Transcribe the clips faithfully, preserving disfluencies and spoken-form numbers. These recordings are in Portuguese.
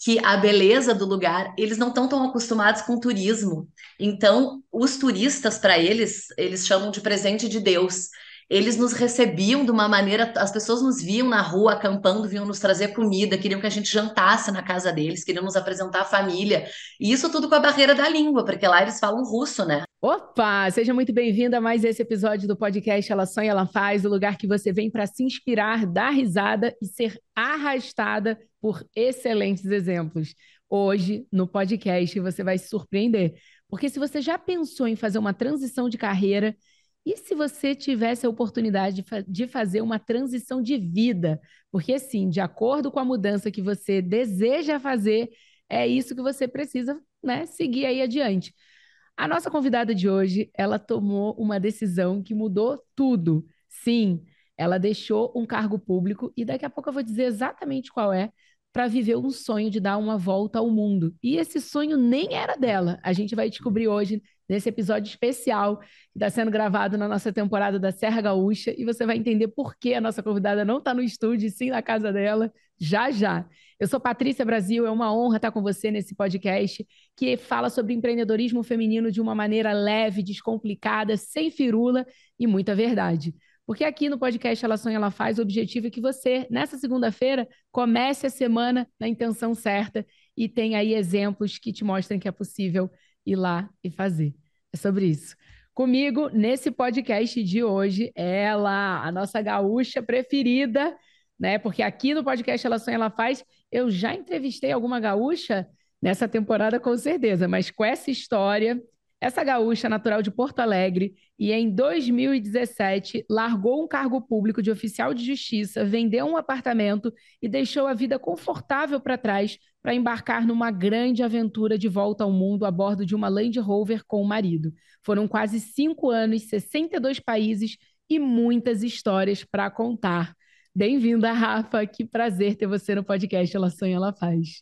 que a beleza do lugar, eles não estão tão acostumados com turismo. Então, os turistas, para eles, eles chamam de presente de Deus. Eles nos recebiam de uma maneira, as pessoas nos viam na rua acampando, vinham nos trazer comida, queriam que a gente jantasse na casa deles, queriam nos apresentar a família. E isso tudo com a barreira da língua, porque lá eles falam russo, né? Opa! Seja muito bem-vindo a mais esse episódio do podcast Ela Sonha, Ela Faz, o lugar que você vem para se inspirar, dar risada e ser arrastada por excelentes exemplos. Hoje, no podcast, você vai se surpreender, porque se você já pensou em fazer uma transição de carreira, e se você tivesse a oportunidade de, fa de fazer uma transição de vida? Porque, sim, de acordo com a mudança que você deseja fazer, é isso que você precisa, né, seguir aí adiante. A nossa convidada de hoje, ela tomou uma decisão que mudou tudo. Sim, ela deixou um cargo público e daqui a pouco eu vou dizer exatamente qual é, para viver um sonho de dar uma volta ao mundo. E esse sonho nem era dela. A gente vai descobrir hoje nesse episódio especial que está sendo gravado na nossa temporada da Serra Gaúcha e você vai entender por que a nossa convidada não está no estúdio, e sim na casa dela, já já. Eu sou Patrícia Brasil, é uma honra estar com você nesse podcast que fala sobre empreendedorismo feminino de uma maneira leve, descomplicada, sem firula e muita verdade. Porque aqui no podcast Ela Sonha, Ela Faz, o objetivo é que você, nessa segunda-feira, comece a semana na intenção certa e tenha aí exemplos que te mostrem que é possível ir lá e fazer. É sobre isso. Comigo, nesse podcast de hoje, ela, a nossa gaúcha preferida, né? Porque aqui no podcast Ela Sonha, Ela Faz, eu já entrevistei alguma gaúcha nessa temporada, com certeza, mas com essa história, essa gaúcha natural de Porto Alegre e em dois mil e dezessete largou um cargo público de oficial de justiça, vendeu um apartamento e deixou a vida confortável para trás para embarcar numa grande aventura de volta ao mundo a bordo de uma Land Rover com o marido. Foram quase cinco anos, sessenta e dois países e muitas histórias para contar. Bem-vinda, Rafa. Que prazer ter você no podcast Ela Sonha, Ela Faz.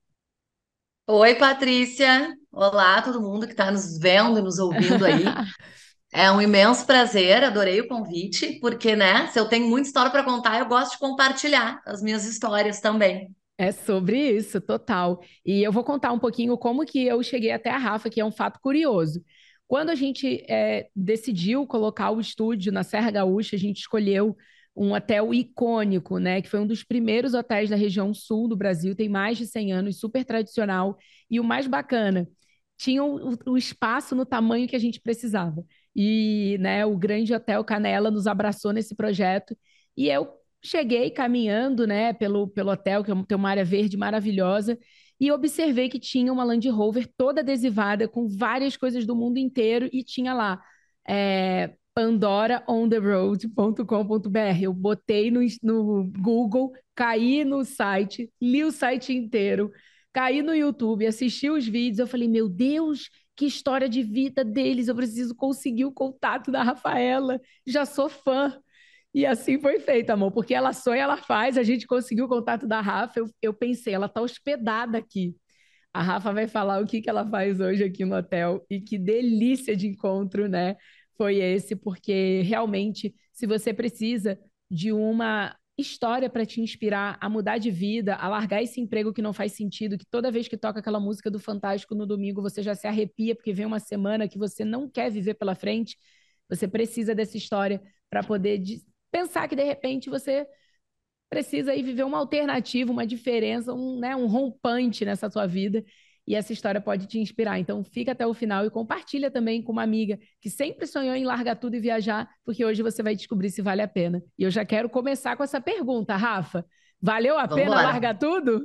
Oi, Patrícia. Olá, todo mundo que está nos vendo e nos ouvindo aí. É um imenso prazer, adorei o convite, porque, né, se eu tenho muita história para contar, eu gosto de compartilhar as minhas histórias também. É sobre isso, total. E eu vou contar um pouquinho como que eu cheguei até a Rafa, que é um fato curioso. Quando a gente é, decidiu colocar o estúdio na Serra Gaúcha, a gente escolheu um hotel icônico, né? Que foi um dos primeiros hotéis da região sul do Brasil, tem mais de cem anos, super tradicional. E o mais bacana, tinha o, o espaço no tamanho que a gente precisava. E, né, o Grande Hotel Canela nos abraçou nesse projeto. E eu cheguei caminhando, né, pelo, pelo hotel, que tem uma área verde maravilhosa, e observei que tinha uma Land Rover toda adesivada com várias coisas do mundo inteiro e tinha lá é, pandora on the road ponto com ponto b r. Eu botei no, no Google, caí no site, li o site inteiro, caí no YouTube, assisti os vídeos, eu falei, meu Deus, que história de vida deles, eu preciso conseguir o contato da Rafaela, já sou fã. E assim foi feito, amor, porque ela sonha, ela faz. A gente conseguiu o contato da Rafa. Eu, eu pensei, ela está hospedada aqui. A Rafa vai falar o que, que ela faz hoje aqui no hotel. E que delícia de encontro, né? Foi esse, porque realmente, se você precisa de uma história para te inspirar a mudar de vida, a largar esse emprego que não faz sentido, que toda vez que toca aquela música do Fantástico no domingo, você já se arrepia porque vem uma semana que você não quer viver pela frente, você precisa dessa história para poder pensar que de repente você precisa aí viver uma alternativa, uma diferença, um, né, um rompante nessa sua vida. E essa história pode te inspirar. Então, fica até o final e compartilha também com uma amiga que sempre sonhou em largar tudo e viajar, porque hoje você vai descobrir se vale a pena. E eu já quero começar com essa pergunta, Rafa. Valeu a Vamos pena embora. largar tudo?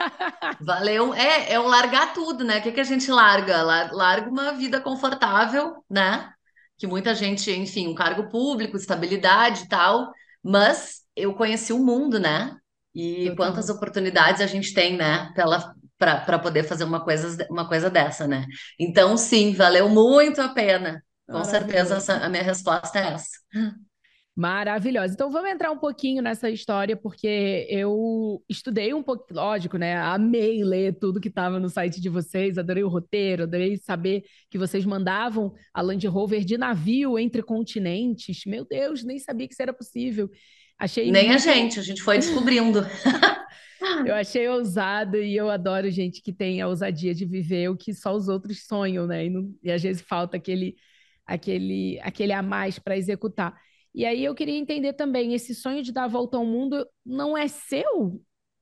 Valeu. É, é um largar tudo, né? O que que a gente larga? Lar- Larga uma vida confortável, né? Que muita gente, enfim, um cargo público, estabilidade e tal. Mas eu conheci o mundo, né? E quantas Total. oportunidades a gente tem, né? Pela, para para poder fazer uma coisa, uma coisa dessa, né? Então, sim, valeu muito a pena. Com certeza, essa- Maravilhoso. a minha resposta é essa. Maravilhosa. Então vamos entrar um pouquinho nessa história, porque eu estudei um pouco, lógico, né? Amei ler tudo que estava no site de vocês, adorei o roteiro, adorei saber que vocês mandavam a Land Rover de navio entre continentes. Meu Deus, nem sabia que isso era possível. Achei Nem a muito gente, a gente foi descobrindo. Eu achei ousado e eu adoro gente que tem a ousadia de viver o que só os outros sonham, né? E, não- e às vezes falta aquele, aquele, aquele a mais para executar. E aí eu queria entender também, esse sonho de dar a volta ao mundo não é seu?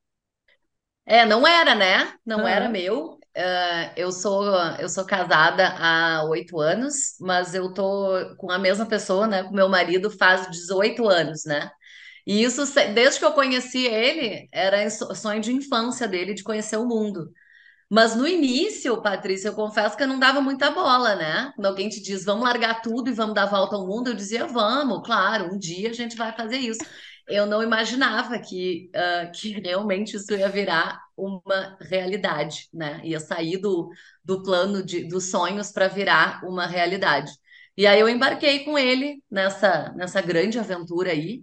É, não era, né? Não era Aham. meu. Ah, eu sou eu sou casada há oito anos, mas eu tô com a mesma pessoa, né? Com meu marido faz dezoito anos, né? E isso, se- desde que eu conheci ele, era em so- sonho de infância dele de conhecer o mundo. Mas no início, Patrícia, eu confesso que eu não dava muita bola, né? Quando alguém te diz, vamos largar tudo e vamos dar a volta ao mundo, eu dizia, vamos, claro, um dia a gente vai fazer isso. Eu não imaginava que, ah, que realmente isso ia virar uma realidade, né? Ia sair do, do plano de, dos sonhos para virar uma realidade. E aí eu embarquei com ele nessa, nessa grande aventura aí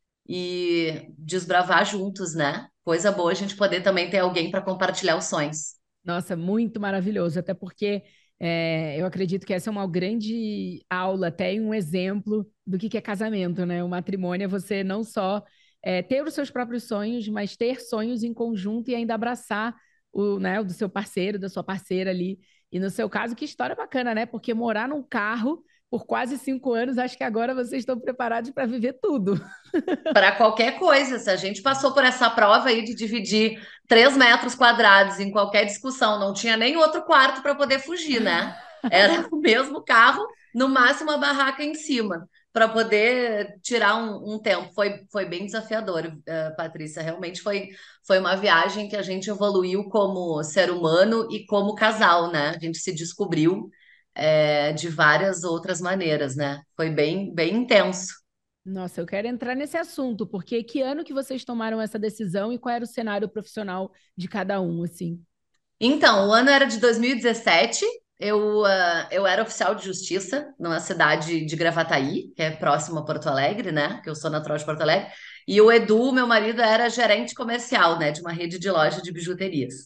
e desbravar juntos, né? Coisa boa a gente poder também ter alguém para compartilhar os sonhos. Nossa, muito maravilhoso, até porque é, eu acredito que essa é uma grande aula, até e um exemplo do que que é casamento, né? O matrimônio é você não só é, ter os seus próprios sonhos, mas ter sonhos em conjunto e ainda abraçar o, né, o do seu parceiro, da sua parceira ali. E no seu caso, que história bacana, né? Porque morar num carro por quase cinco anos, acho que agora vocês estão preparados para viver tudo. Para qualquer coisa, se a gente passou por essa prova aí de dividir três metros quadrados em qualquer discussão, não tinha nem outro quarto para poder fugir, né? Era o mesmo carro, no máximo a barraca em cima, para poder tirar um, um tempo. Foi, foi bem desafiador, eh, Patrícia. Realmente foi, foi uma viagem que a gente evoluiu como ser humano e como casal, né? A gente se descobriu, eh, de várias outras maneiras, né? Foi bem, bem intenso. Nossa, eu quero entrar nesse assunto, porque que ano que vocês tomaram essa decisão e qual era o cenário profissional de cada um, assim? Então, o ano era de dois mil e dezessete. Eu, ah, eu era oficial de justiça numa cidade de Gravataí, que é próximo a Porto Alegre, né? Que eu sou natural de Porto Alegre. E o Edu, meu marido, era gerente comercial, né? De uma rede de loja de bijuterias.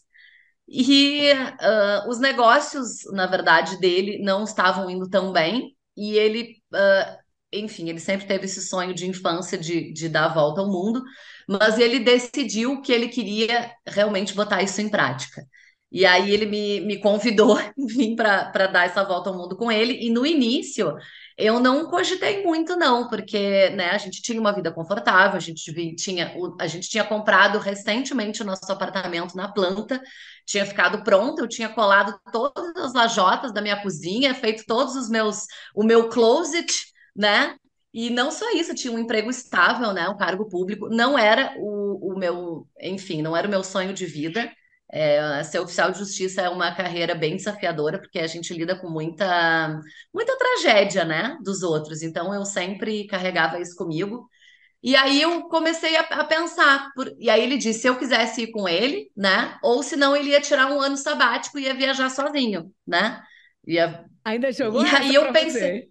E ah, os negócios, na verdade, dele não estavam indo tão bem. E ele, ah, enfim, ele sempre teve esse sonho de infância de, de dar a volta ao mundo, mas ele decidiu que ele queria realmente botar isso em prática. E aí ele me, me convidou a vir para para dar essa volta ao mundo com ele. E no início eu não cogitei muito, não, porque né, a gente tinha uma vida confortável, a gente vi- tinha, o- a gente tinha comprado recentemente o nosso apartamento na planta, tinha ficado pronto, eu tinha colado todas as lajotas da minha cozinha, feito todos os meus, o meu closet, né? E não só isso, eu tinha um emprego estável, né? Um cargo público. Não era o, o meu, enfim, não era o meu sonho de vida. É, ser oficial de justiça é uma carreira bem desafiadora, porque a gente lida com muita, muita tragédia, né, dos outros. Então eu sempre carregava isso comigo. E aí eu comecei a, a pensar, por- e aí ele disse se eu quisesse ir com ele, né? Ou se não, ele ia tirar um ano sabático e ia viajar sozinho, né? Ia... Ainda jogou E essa aí para eu pensei, você?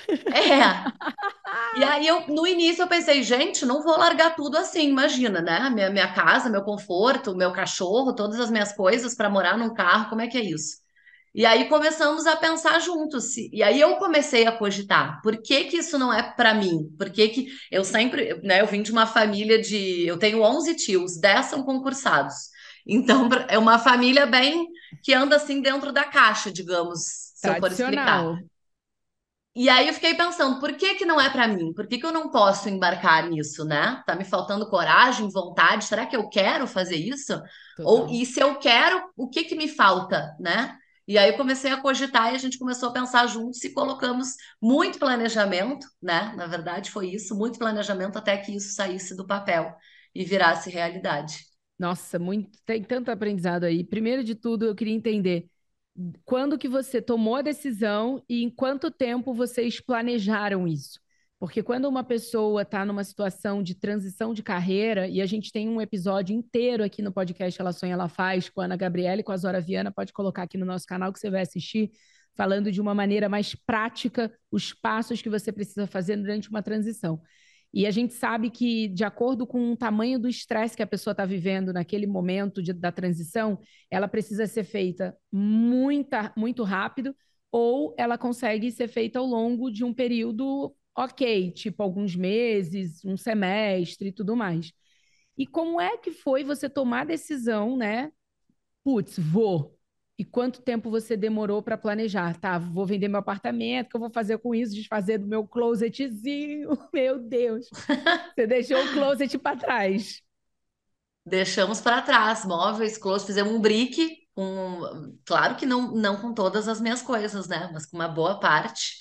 é. E aí eu, no início eu pensei, gente, não vou largar tudo assim, imagina, né? Minha, minha casa, meu conforto, meu cachorro, todas as minhas coisas para morar num carro, como é que é isso? E aí começamos a pensar juntos. se- E aí eu comecei a cogitar, por que que isso não é para mim? Por que que eu sempre, né, eu vim de uma família de, eu tenho onze tios, dez são concursados. Então pra- é uma família bem que anda assim dentro da caixa, digamos, se eu for explicar. Tradicional. E aí eu fiquei pensando, por que que não é para mim? Por que que eu não posso embarcar nisso, né? Tá me faltando coragem, vontade? Será que eu quero fazer isso? Ou Total. e se eu quero, o que que me falta, né? E aí eu comecei a cogitar e a gente começou a pensar juntos e colocamos muito planejamento, né? Na verdade foi isso, muito planejamento até que isso saísse do papel e virasse realidade. Nossa, muito, tem tanto aprendizado aí. Primeiro de tudo, eu queria entender quando que você tomou a decisão e em quanto tempo vocês planejaram isso? Porque quando uma pessoa está numa situação de transição de carreira, e a gente tem um episódio inteiro aqui no podcast Ela Sonha, Ela Faz, com a Ana Gabriela e com a Zora Viana, pode colocar aqui no nosso canal que você vai assistir, falando de uma maneira mais prática os passos que você precisa fazer durante uma transição. E a gente sabe que, de acordo com o tamanho do estresse que a pessoa está vivendo naquele momento de, da transição, ela precisa ser feita muita, muito rápido, ou ela consegue ser feita ao longo de um período ok, tipo alguns meses, um semestre e tudo mais. E como é que foi você tomar a decisão, né? Putz, vou. E quanto tempo você demorou para planejar? Tá, vou vender meu apartamento, o que eu vou fazer com isso? Desfazer do meu closetzinho. Meu Deus. Você deixou o closet para trás. Deixamos para trás, móveis, close, fizemos um brick, um, claro que não, não com todas as minhas coisas, né? Mas com uma boa parte.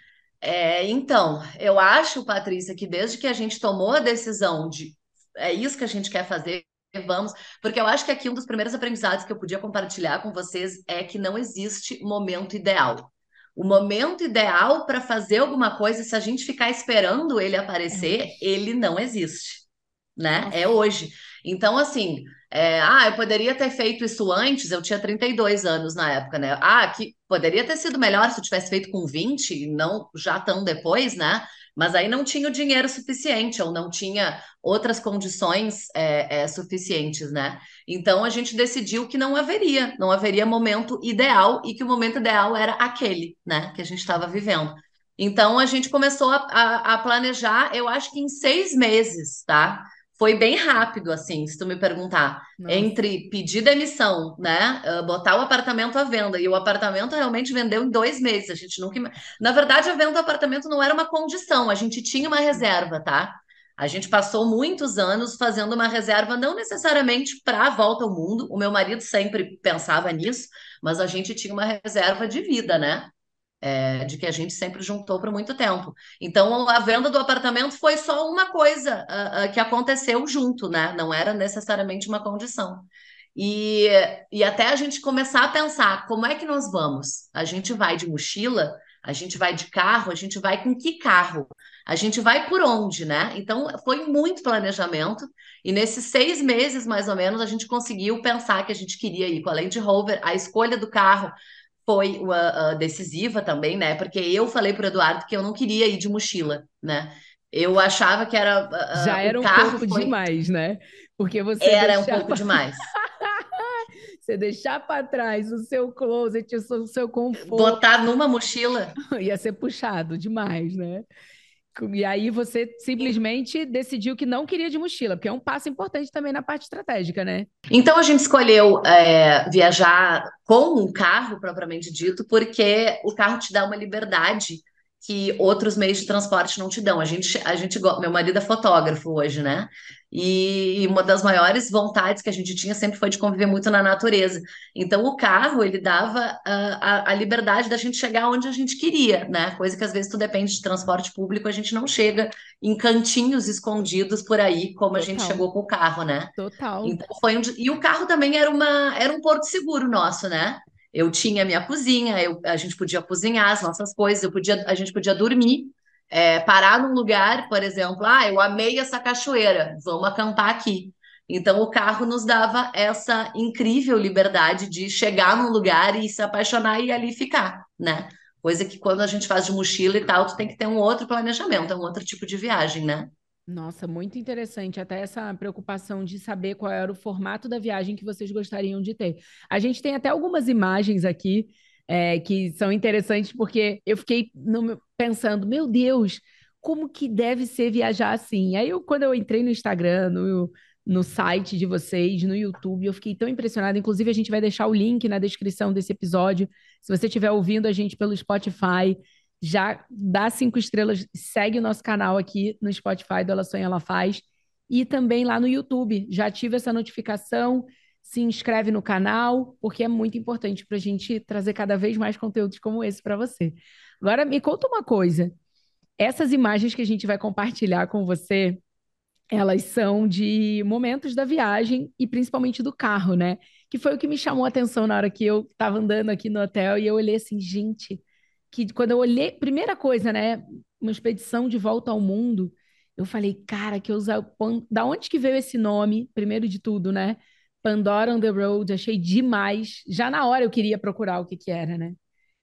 É, então, eu acho, Patrícia, que desde que a gente tomou a decisão de é isso que a gente quer fazer, vamos, porque eu acho que aqui um dos primeiros aprendizados que eu podia compartilhar com vocês é que não existe momento ideal. O momento ideal para fazer alguma coisa, se a gente ficar esperando ele É aparecer, hoje. ele não existe, né? É Nossa. hoje. Então, assim, é, ah, eu poderia ter feito isso antes, eu tinha trinta e dois anos na época, né? Ah, que poderia ter sido melhor se eu tivesse feito com vinte e não já tão depois, né? Mas aí não tinha o dinheiro suficiente, ou não tinha outras condições é, é, suficientes, né? Então a gente decidiu que não haveria, não haveria momento ideal e que o momento ideal era aquele, né? Que a gente estava vivendo. Então a gente começou a, a, a planejar, eu acho que em seis meses, tá? Foi bem rápido, assim, se tu me perguntar. Nossa. Entre pedir demissão, né? uh, botar o apartamento à venda, e o apartamento realmente vendeu em dois meses. A gente nunca. ima- Na verdade, a venda do apartamento não era uma condição, a gente tinha uma reserva, tá? A gente passou muitos anos fazendo uma reserva, não necessariamente para a volta ao mundo. O meu marido sempre pensava nisso, mas a gente tinha uma reserva de vida, né? É, de que a gente sempre juntou por muito tempo. Então, a venda do apartamento foi só uma coisa ah, ah, que aconteceu junto, né? Não era necessariamente uma condição. E, e até a gente começar a pensar como é que nós vamos? A gente vai de mochila, a gente vai de carro, a gente vai com que carro? A gente vai por onde, né? Então, foi muito planejamento. E nesses seis meses, mais ou menos, a gente conseguiu pensar que a gente queria ir com a Land Rover, a escolha do carro foi uh, uh, decisiva também, né? Porque eu falei pro Eduardo que eu não queria ir de mochila, né? Eu achava que era Já uh, uh, o era um carro pouco foi demais, né? Porque você era um pouco deixava demais. você deixar para trás o seu closet, o seu, o seu conforto, Botar numa mochila. ia ser puxado demais, né? E aí você simplesmente decidiu que não queria de mochila, porque é um passo importante também na parte estratégica, né? Então a gente escolheu é, viajar com um carro, propriamente dito, porque o carro te dá uma liberdade que outros meios de transporte não te dão. A gente, a gente, go- meu marido é fotógrafo hoje, né? E uma das maiores vontades que a gente tinha sempre foi de conviver muito na natureza. Então o carro, ele dava a, a, a liberdade da gente chegar onde a gente queria, né? Coisa que às vezes tu depende de transporte público, a gente não chega em cantinhos escondidos por aí, como a gente Total, chegou com o carro, né? total. Então foi um, e o carro também era uma era um porto seguro nosso, né? Eu tinha minha cozinha, eu, a gente podia cozinhar as nossas coisas, eu podia, a gente podia dormir, é, parar num lugar, por exemplo, ah, eu amei essa cachoeira, vamos acampar aqui. Então o carro nos dava essa incrível liberdade de chegar num lugar e se apaixonar e ali ficar, né? Coisa que quando a gente faz de mochila e tal, tu tem que ter um outro planejamento, é um outro tipo de viagem, né? Nossa, muito interessante. Até essa preocupação de saber qual era o formato da viagem que vocês gostariam de ter. A gente tem até algumas imagens aqui é, que são interessantes, porque eu fiquei no meu- pensando, meu Deus, como que deve ser viajar assim? Aí, eu, quando eu entrei no Instagram, no, no site de vocês, no YouTube, eu fiquei tão impressionada. Inclusive, a gente vai deixar o link na descrição desse episódio. Se você estiver ouvindo a gente pelo Spotify, já dá cinco estrelas, segue o nosso canal aqui no Spotify do Ela Sonha, Ela Faz, e também lá no YouTube. Já ativa essa notificação, se inscreve no canal, porque é muito importante para a gente trazer cada vez mais conteúdos como esse para você. Agora, me conta uma coisa. Essas imagens que a gente vai compartilhar com você, elas são de momentos da viagem e principalmente do carro, né? Que foi o que me chamou a atenção na hora que eu estava andando aqui no hotel e eu olhei assim, gente, que quando eu olhei, primeira coisa, né? Uma expedição de volta ao mundo, eu falei, cara, que eu usar, da onde que veio esse nome? Primeiro de tudo, né? Pandora on the Road, achei demais. Já na hora eu queria procurar o que que era, né?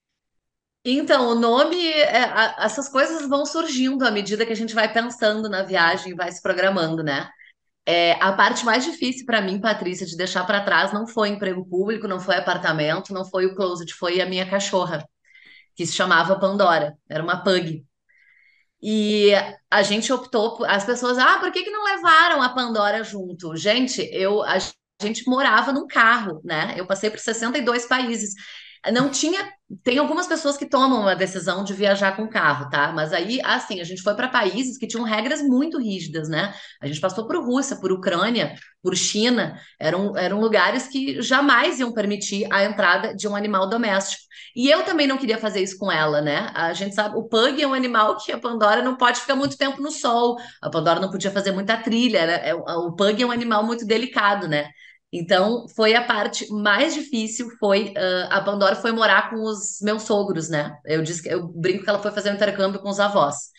Então, o nome, é, a- essas coisas vão surgindo à medida que a gente vai pensando na viagem, vai se programando, né? É, a parte mais difícil para mim, Patrícia, de deixar para trás não foi emprego público, não foi apartamento, não foi o closet, foi a minha cachorra, que se chamava Pandora, era uma pug. E a gente optou por, as pessoas, ah, por que que não levaram a Pandora junto? Gente, eu a gente morava num carro, né? Eu passei por sessenta e dois países. Não tinha, tem algumas pessoas que tomam a decisão de viajar com carro, tá? Mas aí, assim, a gente foi para países que tinham regras muito rígidas, né? A gente passou por Rússia, por Ucrânia, por China, eram, eram lugares que jamais iam permitir a entrada de um animal doméstico. E eu também não queria fazer isso com ela, né? A gente sabe, o pug é um animal que a Pandora não pode ficar muito tempo no sol, a Pandora não podia fazer muita trilha, era- é- o pug é um animal muito delicado, né? Então, foi a parte mais difícil, foi ah, a Pandora foi morar com os meus sogros, né? Eu disse, que- eu brinco que ela foi fazer um intercâmbio com os avós.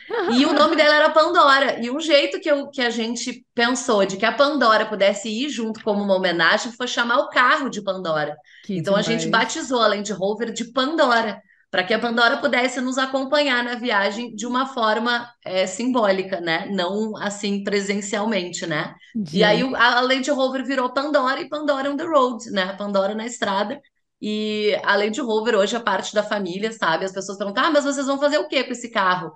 E o nome dela era Pandora. E um jeito que, eu, que a gente pensou de que a Pandora pudesse ir junto como uma homenagem foi chamar o carro de Pandora. Que Então a gente demais. batizou a Land Rover de Pandora, para que a Pandora pudesse nos acompanhar na viagem de uma forma é, simbólica, né? Não assim presencialmente, né? E aí o- Gente. a Land Rover virou Pandora e Pandora on the road, né? Pandora na estrada. E a Land Rover hoje é parte da família, sabe? As pessoas perguntam: ah, mas vocês vão fazer o quê com esse carro?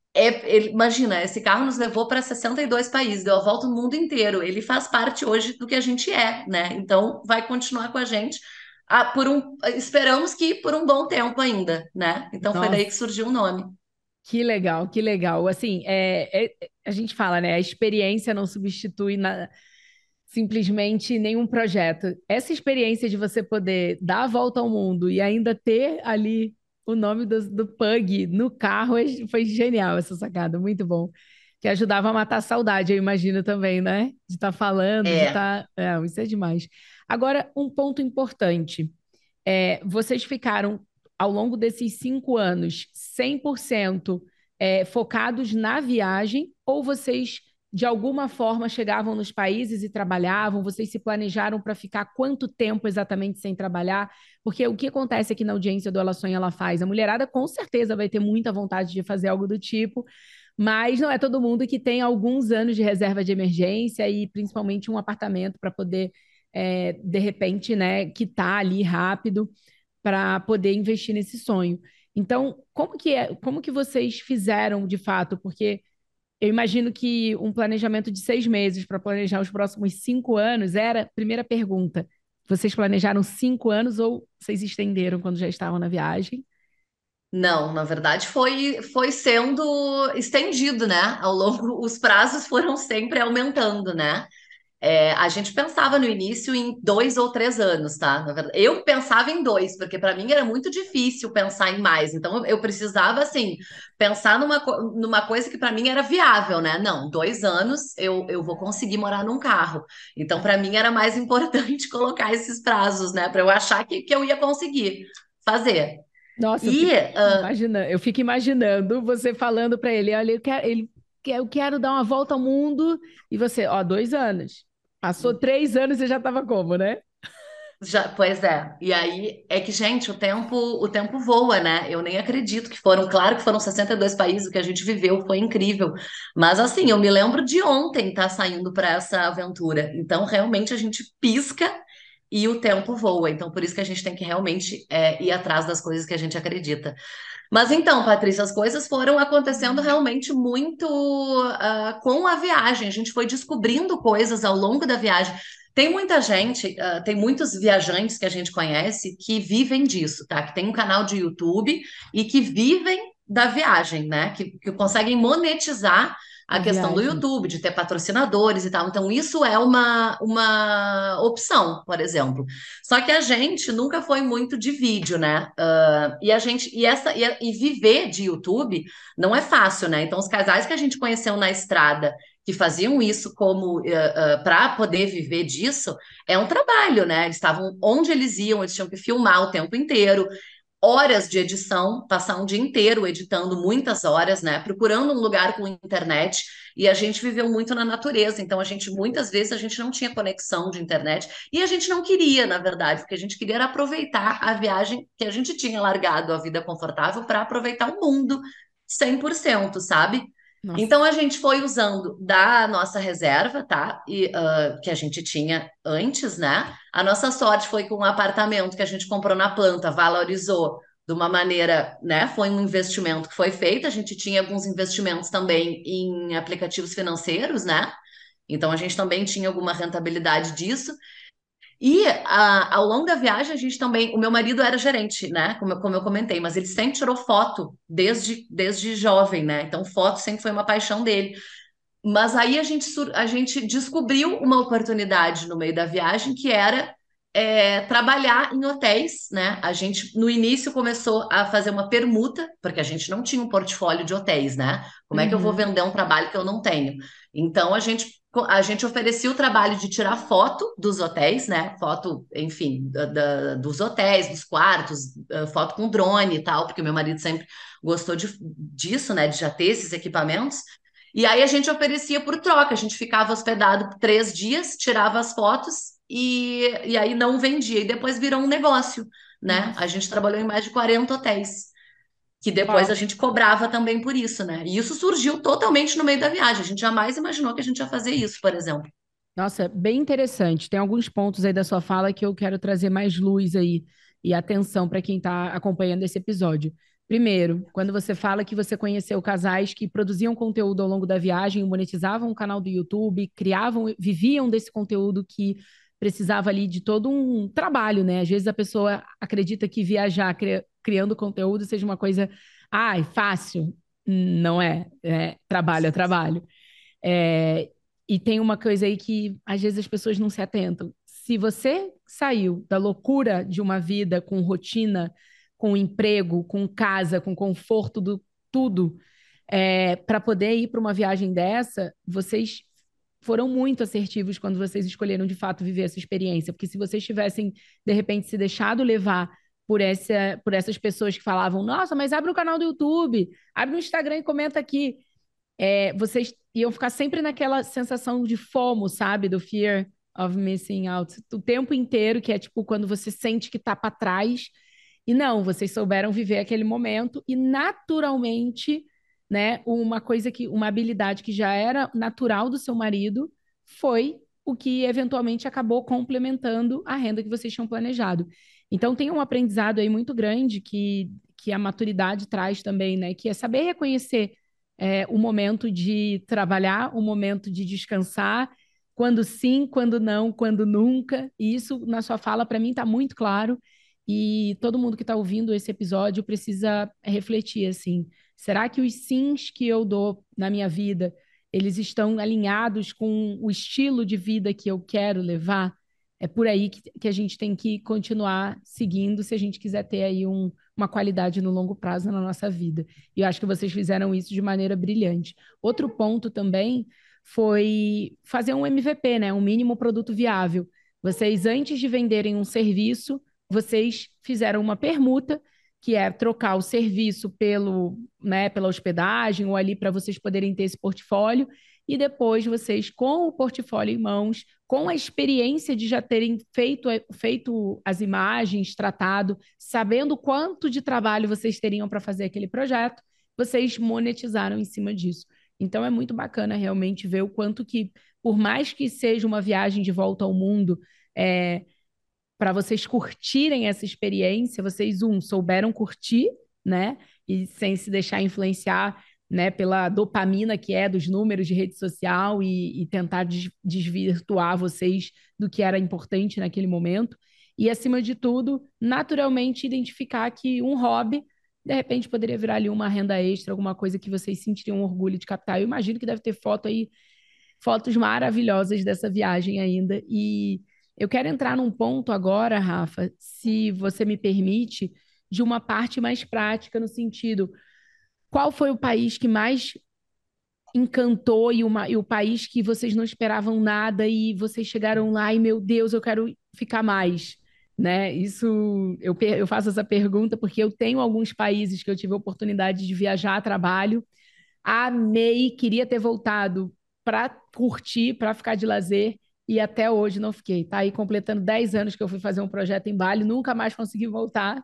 É, ele- imagina, esse carro nos levou para sessenta e dois países, deu a volta no mundo inteiro. Ele faz parte hoje do que a gente é, né? Então vai continuar com a gente ah, por um, esperamos que por um bom tempo ainda, né? Então foi daí que Nossa. surgiu o nome. Que legal, que legal. Assim, é, é- a gente fala, né? A experiência não substitui na- simplesmente nenhum projeto. Essa experiência de você poder dar a volta ao mundo e ainda ter ali o nome do, do Pug no carro é- foi genial essa sacada, muito bom. Que ajudava a matar a saudade, eu imagino também, né? De estar falando, de É, estar. É, isso é demais. Agora, um ponto importante. É, vocês ficaram, ao longo desses cinco anos, cem por cento é, focados na viagem, ou vocês, de alguma forma, chegavam nos países e trabalhavam? Vocês se planejaram para ficar quanto tempo exatamente sem trabalhar? Porque o que acontece aqui na audiência do Ela Sonha, Ela Faz? A mulherada com certeza vai ter muita vontade de fazer algo do tipo, mas não é todo mundo que tem alguns anos de reserva de emergência e principalmente um apartamento para poder é, de repente, né, quitar ali rápido para poder investir nesse sonho. Então, como que é, como que vocês fizeram de fato? Porque eu imagino que um planejamento de seis meses para planejar os próximos cinco anos era, primeira pergunta, vocês planejaram cinco anos ou vocês estenderam quando já estavam na viagem? não, na verdade foi foi sendo estendido, né? Ao longo, os prazos foram sempre aumentando, né? É, a gente pensava no início em dois ou três anos, tá? Na verdade, eu pensava em dois, porque para mim era muito difícil pensar em mais. Então eu precisava, assim, pensar numa, co- numa coisa que para mim era viável, né? Não, dois anos eu, eu vou conseguir morar num carro. Então para mim era mais importante colocar esses prazos, né? Para eu achar que, que eu ia conseguir fazer. Nossa, eu E fico ah, imaginando, eu fico imaginando você falando para ele, olha, eu quero, ele, quer- eu quero dar uma volta ao mundo e você, ó, dois anos. Passou três anos e já estava como, né? já, pois é. E aí é que, gente, o tempo, o tempo voa, né? Eu nem acredito que foram, claro que foram sessenta e dois países, o que a gente viveu foi incrível. Mas assim, eu me lembro de ontem estar saindo para essa aventura. Então, realmente a gente pisca e o tempo voa. Então, por isso que a gente tem que realmente é, ir atrás das coisas que a gente acredita. Mas então, Patrícia, as coisas foram acontecendo realmente muito ah, com a viagem. A gente foi descobrindo coisas ao longo da viagem. Tem muita gente, ah, tem muitos viajantes que a gente conhece que vivem disso, tá? Que tem um canal de YouTube e que vivem da viagem, né? Que, que conseguem monetizar a A questão do viagem. YouTube, de ter patrocinadores e tal. Então, isso é uma, uma opção, por exemplo. Só que a gente nunca foi muito de vídeo, né? E a gente e essa e, a- e viver de YouTube não é fácil, né? Então os casais que a gente conheceu na estrada que faziam isso como para poder viver disso é um trabalho, né? Eles estavam onde eles iam, eles tinham que filmar o tempo inteiro, horas de edição, passar um dia inteiro editando muitas horas, né? Procurando um lugar com internet. E a gente viveu muito na natureza, então a gente muitas vezes a gente não tinha conexão de internet e a gente não queria, na verdade, porque a gente queria era aproveitar a viagem que a gente tinha largado a vida confortável para aproveitar o mundo cem por cento, sabe? Nossa. Então a gente foi usando da nossa reserva, tá? E, ah, que a gente tinha antes, né? A nossa sorte foi que um apartamento que a gente comprou na planta valorizou de uma maneira, né? Foi um investimento que foi feito. A gente tinha alguns investimentos também em aplicativos financeiros, né? Então a gente também tinha alguma rentabilidade disso. E a- ao longo da viagem, a gente também. O meu marido era gerente, né? Como eu, como eu comentei, mas ele sempre tirou foto desde, desde jovem, né? Então, foto sempre foi uma paixão dele. Mas aí a gente, sur- a gente descobriu uma oportunidade no meio da viagem que era é, trabalhar em hotéis, né? A gente no início começou a fazer uma permuta, porque a gente não tinha um portfólio de hotéis, né? Como é que eu vou Uhum. vender um trabalho que eu não tenho? Então a gente a gente oferecia o trabalho de tirar foto dos hotéis, né? Foto, enfim, da- da- dos hotéis, dos quartos, eh, foto com drone e tal, porque meu marido sempre gostou de- disso, né? De já ter esses equipamentos. E aí a gente oferecia por troca, a gente ficava hospedado por três dias, tirava as fotos e, e aí não vendia. E depois virou um negócio, né? A Nossa. gente trabalhou em mais de quarenta hotéis, que depois a Uau. gente cobrava também por isso, né? E isso surgiu totalmente no meio da viagem. A gente jamais imaginou que a gente ia fazer isso, por exemplo. Nossa, bem interessante. Tem alguns pontos aí da sua fala que eu quero trazer mais luz aí e atenção para quem está acompanhando esse episódio. Primeiro, quando você fala que você conheceu casais que produziam conteúdo ao longo da viagem, monetizavam o canal do YouTube, criavam, viviam desse conteúdo que precisava ali de todo um trabalho, né? Às vezes a pessoa acredita que viajar cri- criando conteúdo seja uma coisa, ai, fácil. Não é, é trabalho é trabalho. É, e tem uma coisa aí que às vezes as pessoas não se atentam. Se você saiu da loucura de uma vida com rotina, com emprego, com casa, com conforto do tudo, é, para poder ir para uma viagem dessa, vocês foram muito assertivos quando vocês escolheram de fato viver essa experiência. Porque se vocês tivessem, de repente, se deixado levar por, essa, por essas pessoas que falavam: nossa, mas abre um canal do YouTube, abre um Instagram e comenta aqui, é, vocês iam ficar sempre naquela sensação de FOMO, sabe? Do fear of missing out. O tempo inteiro, que é tipo quando você sente que tá para trás. E não, vocês souberam viver aquele momento e naturalmente, né, uma coisa que, uma habilidade que já era natural do seu marido foi o que eventualmente acabou complementando a renda que vocês tinham planejado. Então tem um aprendizado aí muito grande que, que a maturidade traz também, né? Que é saber reconhecer é, o momento de trabalhar, o momento de descansar, quando sim, quando não, quando nunca. E isso na sua fala, para mim, está muito claro. E todo mundo que está ouvindo esse episódio precisa refletir assim: será que os sims que eu dou na minha vida, eles estão alinhados com o estilo de vida que eu quero levar? É por aí que, que a gente tem que continuar seguindo se a gente quiser ter aí um, uma qualidade no longo prazo na nossa vida. E eu acho que vocês fizeram isso de maneira brilhante. Outro ponto também foi fazer um M V P, né? Um mínimo produto viável. Vocês, antes de venderem um serviço, vocês fizeram uma permuta, que é trocar o serviço pelo, né, pela hospedagem ou ali para vocês poderem ter esse portfólio. E depois vocês, com o portfólio em mãos, com a experiência de já terem feito, feito as imagens, tratado, sabendo quanto de trabalho vocês teriam para fazer aquele projeto, vocês monetizaram em cima disso. Então é muito bacana realmente ver o quanto que, por mais que seja uma viagem de volta ao mundo, é, para vocês curtirem essa experiência, vocês, um, souberam curtir, né? E sem se deixar influenciar, né, pela dopamina que é dos números de rede social e, e tentar des desvirtuar vocês do que era importante naquele momento. E, acima de tudo, naturalmente identificar que um hobby, de repente, poderia virar ali uma renda extra, alguma coisa que vocês sentiriam orgulho de captar. Eu imagino que deve ter foto aí, fotos maravilhosas dessa viagem ainda. E eu quero entrar num ponto agora, Rafa, se você me permite, de uma parte mais prática, no sentido: qual foi o país que mais encantou e, uma, e o país que vocês não esperavam nada e vocês chegaram lá e, meu Deus, eu quero ficar mais? Né? Isso eu, eu faço essa pergunta porque eu tenho alguns países que eu tive a oportunidade de viajar a trabalho, amei, queria ter voltado para curtir, para ficar de lazer, e até hoje não fiquei. Tá aí completando dez anos que eu fui fazer um projeto em Bali, nunca mais consegui voltar,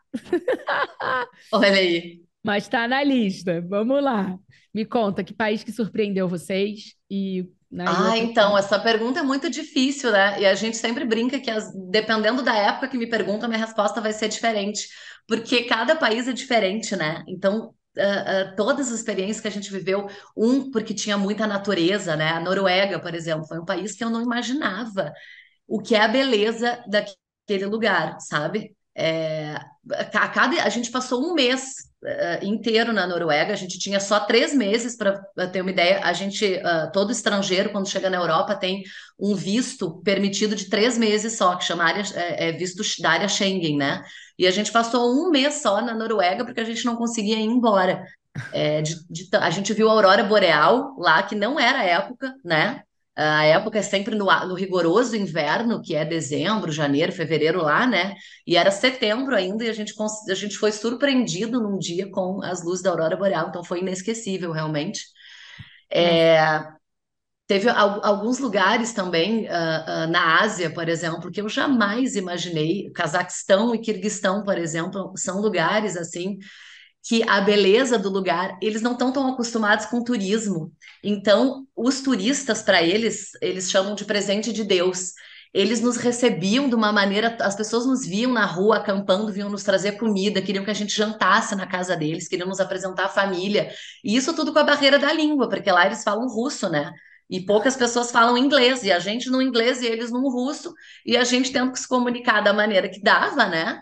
Olha aí. mas está na lista. Vamos lá. Me conta, que país que surpreendeu vocês e né? E Ah, outras então, essa pergunta é muito difícil, né? E a gente sempre brinca que, as- dependendo da época que me perguntam, a minha resposta vai ser diferente, porque cada país é diferente, né? Então, ah, ah, todas as experiências que a gente viveu, um, porque tinha muita natureza, né? A Noruega, por exemplo, foi um país que eu não imaginava o que é a beleza daquele lugar, sabe? É, a, cada, a gente passou um mês uh, inteiro na Noruega, a gente tinha só três meses para ter uma ideia. A gente, uh, todo estrangeiro, quando chega na Europa, tem um visto permitido de três meses só, que chama área, é, é visto da área Schengen, né? E a gente passou um mês só na Noruega porque a gente não conseguia ir embora. É, de, de, a gente viu a aurora boreal lá, que não era época, né? A época é sempre no, no rigoroso inverno, que é dezembro, janeiro, fevereiro lá, né? E era setembro ainda e a gente, a gente foi surpreendido num dia com as luzes da aurora boreal, então foi inesquecível, realmente. Nossa. É, teve al- alguns lugares também, ah, ah, na Ásia, por exemplo, que eu jamais imaginei. Cazaquistão e Quirguistão, por exemplo, são lugares assim que a beleza do lugar, eles não estão tão acostumados com turismo. Então, os turistas, para eles, eles chamam de presente de Deus. Eles nos recebiam de uma maneira, as pessoas nos viam na rua acampando, vinham nos trazer comida, queriam que a gente jantasse na casa deles, queriam nos apresentar a família. E isso tudo com a barreira da língua, porque lá eles falam russo, né? E poucas pessoas falam inglês, e a gente no inglês e eles no russo, e a gente tendo que se comunicar da maneira que dava, né?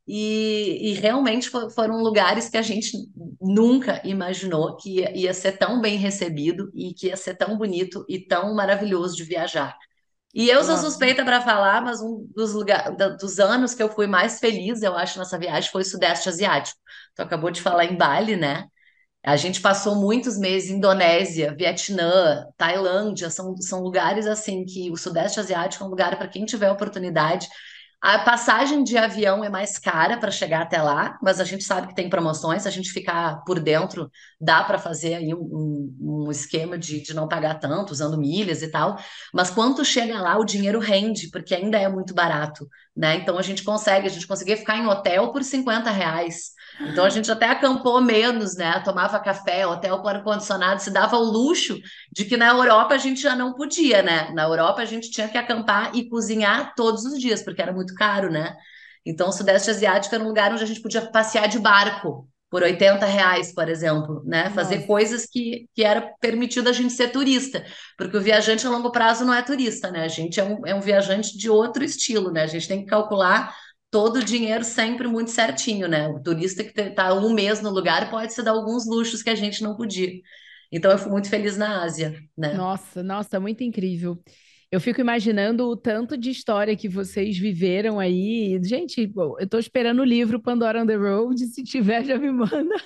E, e realmente fo- foram lugares que a gente nunca imaginou que ia, ia ser tão bem recebido e que ia ser tão bonito e tão maravilhoso de viajar. E eu sou Ó, suspeita para falar, mas um dos, lugar, da- dos anos que eu fui mais feliz, eu acho, nessa viagem foi o Sudeste Asiático. Tu acabou de falar em Bali, né? A gente passou muitos meses em Indonésia, Vietnã, Tailândia, são, são lugares assim que o Sudeste Asiático é um lugar para quem tiver oportunidade. A passagem de avião é mais cara para chegar até lá, mas a gente sabe que tem promoções. Se a gente ficar por dentro, dá para fazer aí um, um- um esquema de, de não pagar tanto, usando milhas e tal. Mas quando chega lá, o dinheiro rende, porque ainda é muito barato, né? Então a gente consegue, a gente conseguia ficar em hotel por cinquenta reais. Então a gente até acampou menos, né? Tomava café, hotel com ar-condicionado, se dava o luxo de que na Europa a gente já não podia, né? Na Europa a gente tinha que acampar e cozinhar todos os dias, porque era muito caro, né? Então o Sudeste Asiático era um lugar onde a gente podia passear de barco por oitenta reais, por exemplo, né? Fazer nossa. coisas que, que era permitido a gente ser turista, porque o viajante a longo prazo não é turista, né? A gente é um, é um viajante de outro estilo, né? A gente tem que calcular todo o dinheiro sempre muito certinho, né? O turista que está um mês no lugar pode se dar alguns luxos que a gente não podia. Então eu fui muito feliz na Ásia, né? Nossa, nossa, muito incrível. Eu fico imaginando o tanto de história que vocês viveram aí. Gente, pô, eu tô esperando o livro Pandora on the Road. Se tiver, já me manda.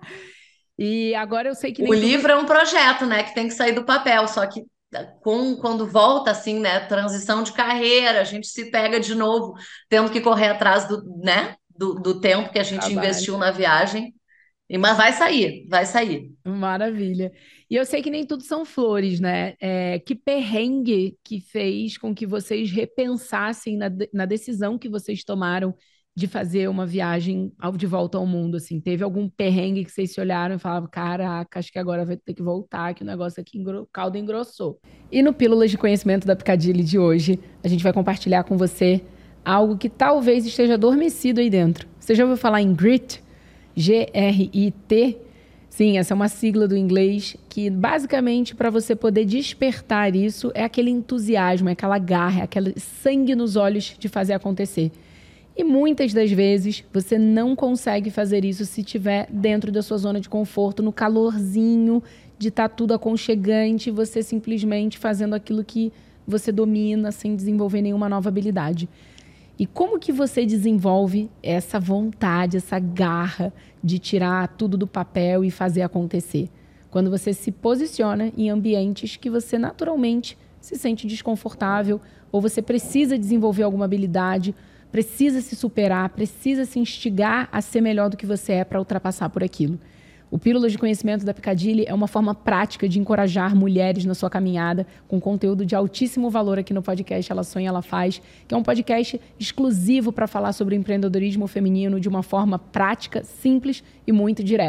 E agora eu sei que O nem tudo. livro é um projeto, né, que tem que sair do papel, só que com, quando volta assim, né, transição de carreira, a gente se pega de novo, tendo que correr atrás do, né, do, do tempo que a gente Trabalho. investiu na viagem. E, mas vai sair, vai sair. Maravilha. E eu sei que nem tudo são flores, né? É, que perrengue que fez com que vocês repensassem na, de- na decisão que vocês tomaram de fazer uma viagem ao- de volta ao mundo, assim? Teve algum perrengue que vocês se olharam e falavam, caraca, acho que agora vai ter que voltar, que o negócio aqui, engro... o caldo engrossou. E no Pílulas de Conhecimento da Picadilly de hoje, a gente vai compartilhar com você algo que talvez esteja adormecido aí dentro. Você já ouviu falar em grit? G R I T? Sim, essa é uma sigla do inglês que, basicamente, para você poder despertar isso, é aquele entusiasmo, é aquela garra, é aquele sangue nos olhos de fazer acontecer. E muitas das vezes você não consegue fazer isso se estiver dentro da sua zona de conforto, no calorzinho, de estar tudo aconchegante, você simplesmente fazendo aquilo que você domina sem desenvolver nenhuma nova habilidade. E como que você desenvolve essa vontade, essa garra de tirar tudo do papel e fazer acontecer? Quando você se posiciona em ambientes que você naturalmente se sente desconfortável ou você precisa desenvolver alguma habilidade, precisa se superar, precisa se instigar a ser melhor do que você é para ultrapassar por aquilo. O Pílulas de Conhecimento da Picadilly é uma forma prática de encorajar mulheres na sua caminhada, com conteúdo de altíssimo valor aqui no podcast Ela Sonha, Ela Faz, que é um podcast exclusivo para falar sobre empreendedorismo feminino de uma forma prática, simples e muito direta.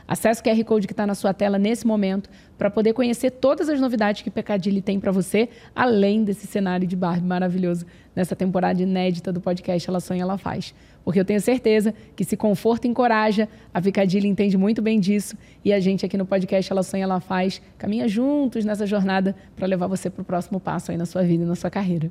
Acesse o Q R Code que está na sua tela nesse momento para poder conhecer todas as novidades que Peccadilly tem para você, além desse cenário de Barbie maravilhoso nessa temporada inédita do podcast Ela Sonha, Ela Faz. Porque eu tenho certeza que se conforto encoraja, a Peccadilly entende muito bem disso e a gente aqui no podcast Ela Sonha, Ela Faz caminha juntos nessa jornada para levar você para o próximo passo aí na sua vida e na sua carreira.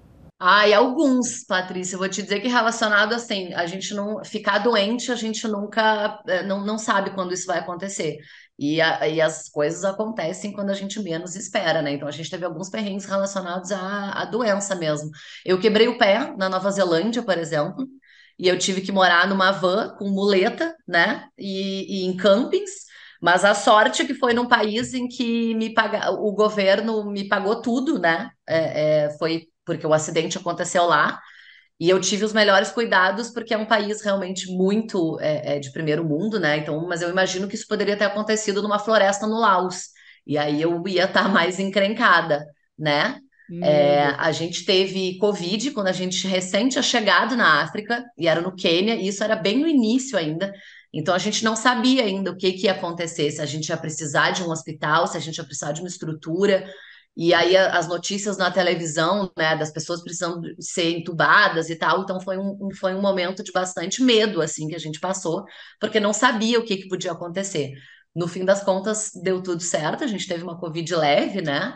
Ah, e alguns, Patrícia, eu vou te dizer que relacionado assim, a gente não ficar doente, a gente nunca eh, não, não sabe quando isso vai acontecer. E, a- e as coisas acontecem quando a gente menos espera, né? Então a gente teve alguns perrengues relacionados à, à doença mesmo. Eu quebrei o pé na Nova Zelândia, por exemplo, e eu tive que morar numa van com muleta, né? E, e em campings. Mas a sorte é que foi num país em que me paga... o governo me pagou tudo, né? É, é, foi porque o acidente aconteceu lá. E eu tive os melhores cuidados, porque é um país realmente muito é, é, de primeiro mundo, né? Então, mas eu imagino que isso poderia ter acontecido numa floresta no Laos. E aí eu ia estar mais encrencada, né? Meu É, Deus. a gente teve Covid quando a gente recém tinha chegado na África, e era no Quênia, e isso era bem no início ainda. Então a gente não sabia ainda o que, que ia acontecer, se a gente ia precisar de um hospital, se a gente ia precisar de uma estrutura. E aí a- as notícias na televisão, né, das pessoas precisando ser entubadas e tal, então foi um, um- foi um momento de bastante medo, assim, que a gente passou, porque não sabia o que que podia acontecer. No fim das contas, deu tudo certo, a gente teve uma Covid leve, né,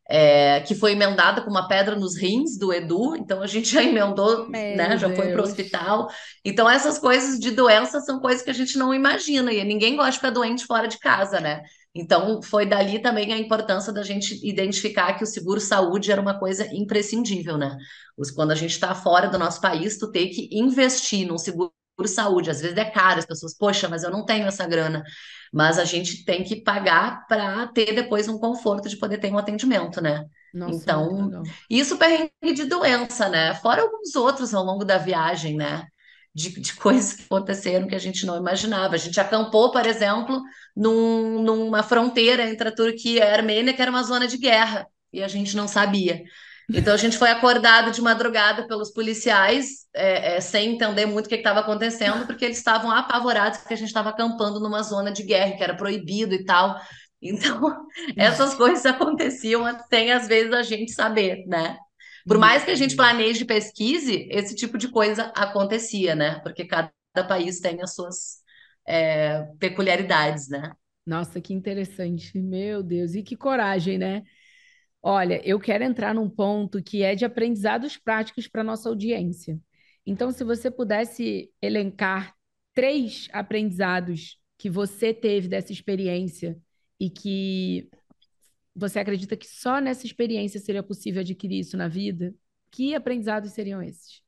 é, que foi emendada com uma pedra nos rins do Edu, então a gente já emendou, né, Meu já foi para o Deus. hospital. Então essas coisas de doença são coisas que a gente não imagina, e ninguém gosta de ficar doente fora de casa, né? Então foi dali também a importância da gente identificar que o seguro-saúde era uma coisa imprescindível, né? Os- Quando a gente está fora do nosso país, tu tem que investir num seguro-saúde. Às vezes é caro, as pessoas, poxa, mas eu não tenho essa grana. Mas a gente tem que pagar para ter depois um conforto de poder ter um atendimento, né? Nossa, muito Então, legal. isso perrengue de doença, né? Fora alguns outros ao longo da viagem, né? De, de coisas que aconteceram que a gente não imaginava. A gente acampou, por exemplo, num- numa fronteira entre a Turquia e a Armênia, que era uma zona de guerra, e a gente não sabia. Então a gente foi acordado de madrugada pelos policiais, é, é, sem entender muito o que estava acontecendo, porque eles estavam apavorados que a gente estava acampando numa zona de guerra, que era proibido e tal. Então, essas coisas aconteciam sem às vezes a gente saber, né? Por mais Meu que a gente Deus. planeje e pesquise, esse tipo de coisa acontecia, né? Porque cada país tem as suas é, peculiaridades, né? Nossa, que interessante. Meu Deus. E que coragem, né? Olha, eu quero entrar num ponto que é de aprendizados práticos para nossa audiência. Então, se você pudesse elencar três aprendizados que você teve dessa experiência e que você acredita que só nessa experiência seria possível adquirir isso na vida, que aprendizados seriam esses?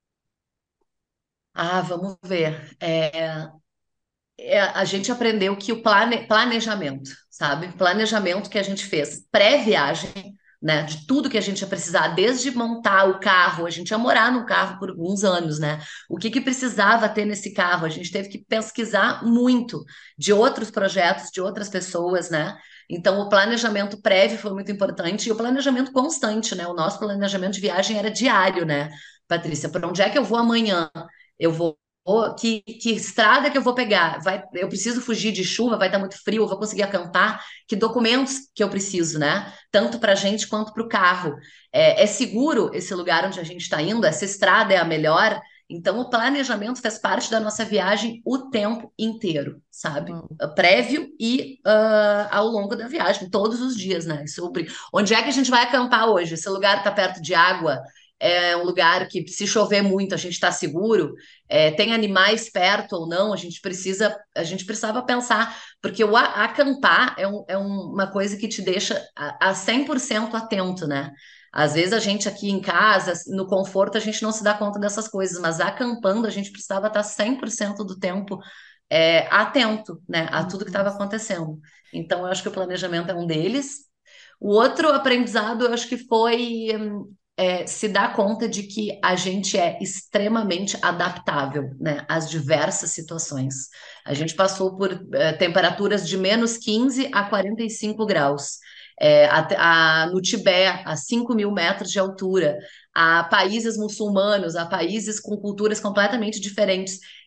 Ah, vamos ver. É, é, a gente aprendeu que o plane- planejamento, sabe? Planejamento que a gente fez pré-viagem, né? De tudo que a gente ia precisar, desde montar o carro, a gente ia morar no carro por alguns anos, né? O que que precisava ter nesse carro? A gente teve que pesquisar muito de outros projetos, de outras pessoas, né? Então, o planejamento prévio foi muito importante e o planejamento constante, né? O nosso planejamento de viagem era diário, né, Patrícia? Para onde é que eu vou amanhã? Eu vou Ô, que, que estrada que eu vou pegar? Vai, eu preciso fugir de chuva, vai estar muito frio, eu vou conseguir acampar? Que documentos que eu preciso, né? Tanto para a gente quanto para o carro. É, é seguro esse lugar onde a gente está indo? Essa estrada é a melhor? Então, o planejamento fez parte da nossa viagem o tempo inteiro, sabe? Uau. Prévio e ah, ao longo da viagem, todos os dias, né? Sobre onde é que a gente vai acampar hoje? Esse lugar está perto de água? É um lugar que, se chover muito, a gente está seguro? É, tem animais perto ou não, a gente precisa, a gente precisava pensar, porque o a- acampar é, um- é um- uma coisa que te deixa a, a cem por cento atento, né? Às vezes a gente aqui em casa, no conforto, a gente não se dá conta dessas coisas, mas acampando a gente precisava estar cem por cento do tempo é, atento, né, a tudo que estava Nossa. acontecendo. Então, eu acho que o planejamento é um deles. O outro aprendizado, eu acho que foi é, se dar conta de que a gente é extremamente adaptável, né, às diversas situações. A gente passou por eh, temperaturas de menos quinze a quarenta e cinco graus. É, a- a- no Tibete, a cinco mil metros de altura, a países muçulmanos, a países com culturas completamente diferentes.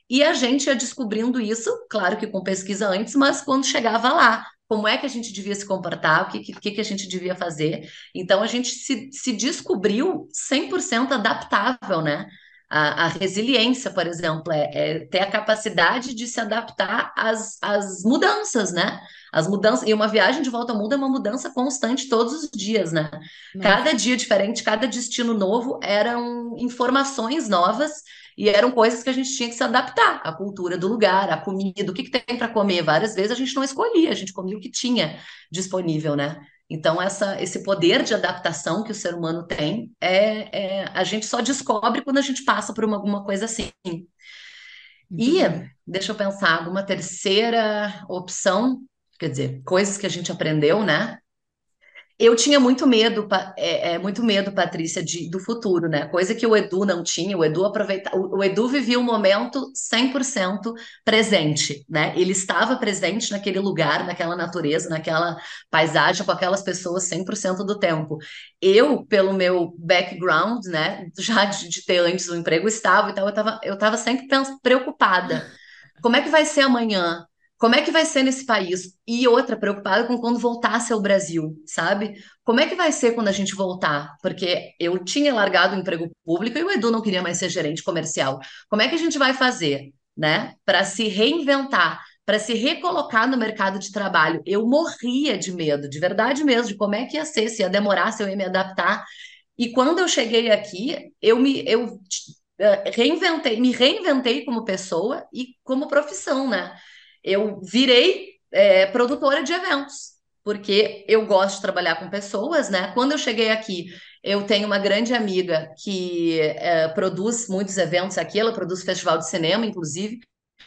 E a gente ia descobrindo isso, claro que com pesquisa antes, mas quando chegava lá, como é que a gente devia se comportar, o que, que, que a gente devia fazer. Então a gente se, se descobriu cem por cento adaptável, né? A, a resiliência, por exemplo, é, é ter a capacidade de se adaptar às, às mudanças, né? As mudanças, e uma viagem de volta ao mundo é uma mudança constante todos os dias, né? Nossa. Cada dia diferente, cada destino novo eram informações novas e eram coisas que a gente tinha que se adaptar, à cultura do lugar, à comida, o que que tem para comer. Várias vezes a gente não escolhia, a gente comia o que tinha disponível, né? Então, essa, esse poder de adaptação que o ser humano tem, é, é- a gente só descobre quando a gente passa por uma, alguma coisa assim. Muito E, bom. deixa eu pensar, alguma terceira opção, quer dizer, coisas que a gente aprendeu, né? Eu tinha muito medo, Pa- é, é, muito medo, Patrícia, de- do futuro, né? Coisa que o Edu não tinha. O Edu aproveita, o, o Edu vivia o momento cem por cento presente, né? Ele estava presente naquele lugar, naquela natureza, naquela paisagem, com aquelas pessoas cem por cento do tempo. Eu, pelo meu background, né, já de, de ter antes um emprego estável e tal, eu estava eu estava sempre pens- preocupada. Como é que vai ser amanhã? Como é que vai ser nesse país? E outra, preocupada com quando voltasse ao Brasil, sabe? Como é que vai ser quando a gente voltar? Porque eu tinha largado o emprego público e o Edu não queria mais ser gerente comercial. Como é que a gente vai fazer, né, para se reinventar, para se recolocar no mercado de trabalho? Eu morria de medo, de verdade mesmo, de como é que ia ser, se ia demorar, se eu ia me adaptar. E quando eu cheguei aqui, eu me eu eh, reinventei, me reinventei como pessoa e como profissão, né? Eu virei eh, produtora de eventos, porque eu gosto de trabalhar com pessoas, né? Quando eu cheguei aqui, eu tenho uma grande amiga que eh, produz muitos eventos aqui, ela produz festival de cinema, inclusive,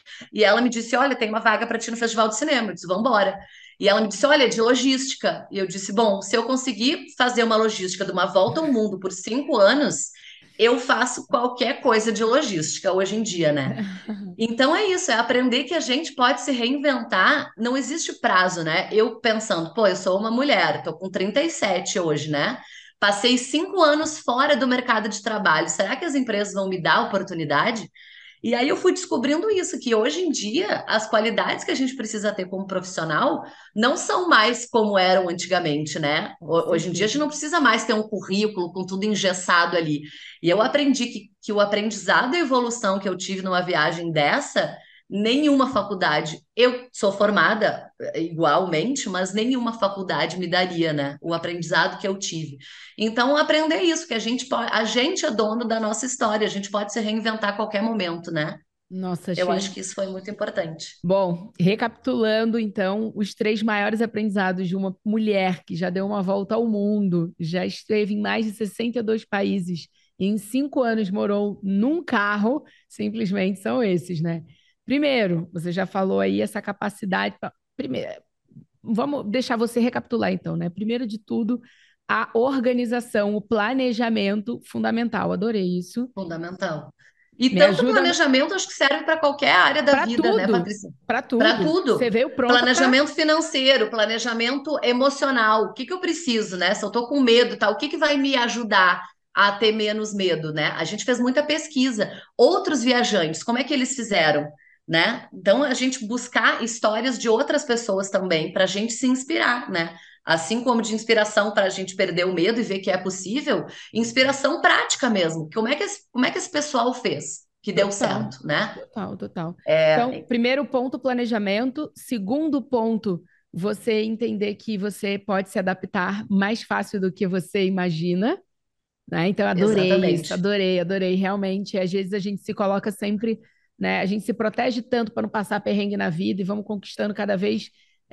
e ela me disse: Olha, tem uma vaga para ti no Festival de Cinema. Eu disse: Vamos embora. E ela me disse: Olha, é de logística. E eu disse: Bom, se eu conseguir fazer uma logística de uma volta ao mundo por cinco anos, eu faço qualquer coisa de logística hoje em dia, né? Então é isso, é aprender que a gente pode se reinventar, não existe prazo, né? Eu pensando, pô, eu sou uma mulher, tô com trinta e sete hoje, né? Passei cinco anos fora do mercado de trabalho. Será que as empresas vão me dar a oportunidade? E aí eu fui descobrindo isso, que hoje em dia as qualidades que a gente precisa ter como profissional não são mais como eram antigamente, né? Com Ho- Hoje em dia a gente certeza. não precisa mais ter um currículo com tudo engessado ali. E eu aprendi que, que o aprendizado e a evolução que eu tive numa viagem dessa, nenhuma faculdade, eu sou formada eh, igualmente, mas nenhuma faculdade me daria, né? O aprendizado que eu tive. Então, aprender isso, que a gente pode, a gente é dono da nossa história, a gente pode se reinventar a qualquer momento, né? Nossa, Eu acho achei. que isso foi muito importante. Bom, recapitulando então, os três maiores aprendizados de uma mulher que já deu uma volta ao mundo, já esteve em mais de sessenta e dois países e em cinco anos morou num carro, simplesmente são esses, né? Primeiro, você já falou aí essa capacidade. pra- Primeiro, vamos deixar você recapitular então, né? Primeiro de tudo, a organização, o planejamento fundamental. Adorei isso. Fundamental. E Me tanto ajuda planejamento, acho que serve para qualquer área da para vida, né, tudo, Patrícia? para Para tudo. Você tudo. veio pronta para. Planejamento financeiro, planejamento emocional. O que que eu preciso, né? Se eu estou com medo, tá? O que que vai me ajudar a ter menos medo, né? A gente fez muita pesquisa. Outros viajantes, como é que eles fizeram, né? Então a gente buscar histórias de outras pessoas também para a gente se inspirar, né? Assim como de inspiração para a gente perder o medo e ver que é possível, inspiração prática mesmo. Como é que esse, como é que esse pessoal fez que deu Total, certo, né? total, total. Então, É, primeiro ponto, planejamento. Segundo ponto, você entender que você pode se adaptar mais fácil do que você imagina, né? Então, adorei isso, exatamente. adorei, adorei. Realmente, às vezes a gente se coloca sempre, né? A gente se protege tanto para não passar perrengue na vida e vamos conquistando cada vez,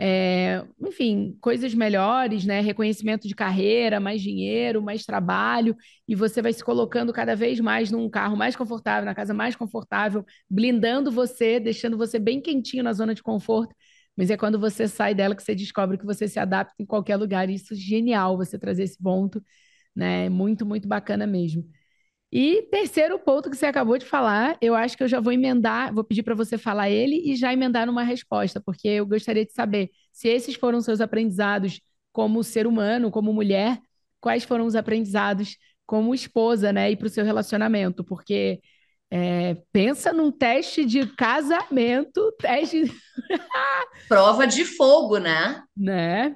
é, enfim, coisas melhores, né? Reconhecimento de carreira, mais dinheiro, mais trabalho, e você vai se colocando cada vez mais num carro mais confortável, na casa mais confortável, blindando você, deixando você bem quentinho na zona de conforto. Mas é quando você sai dela que você descobre que você se adapta em qualquer lugar. E isso é genial, você trazer esse ponto, né? Muito, muito bacana mesmo. E terceiro ponto que você acabou de falar, eu acho que eu já vou emendar, vou pedir para você falar ele e já emendar numa resposta, porque eu gostaria de saber se esses foram seus aprendizados como ser humano, como mulher, quais foram os aprendizados como esposa, né, e para o seu relacionamento, porque É, pensa num teste de casamento, teste, Prova de fogo, né? né?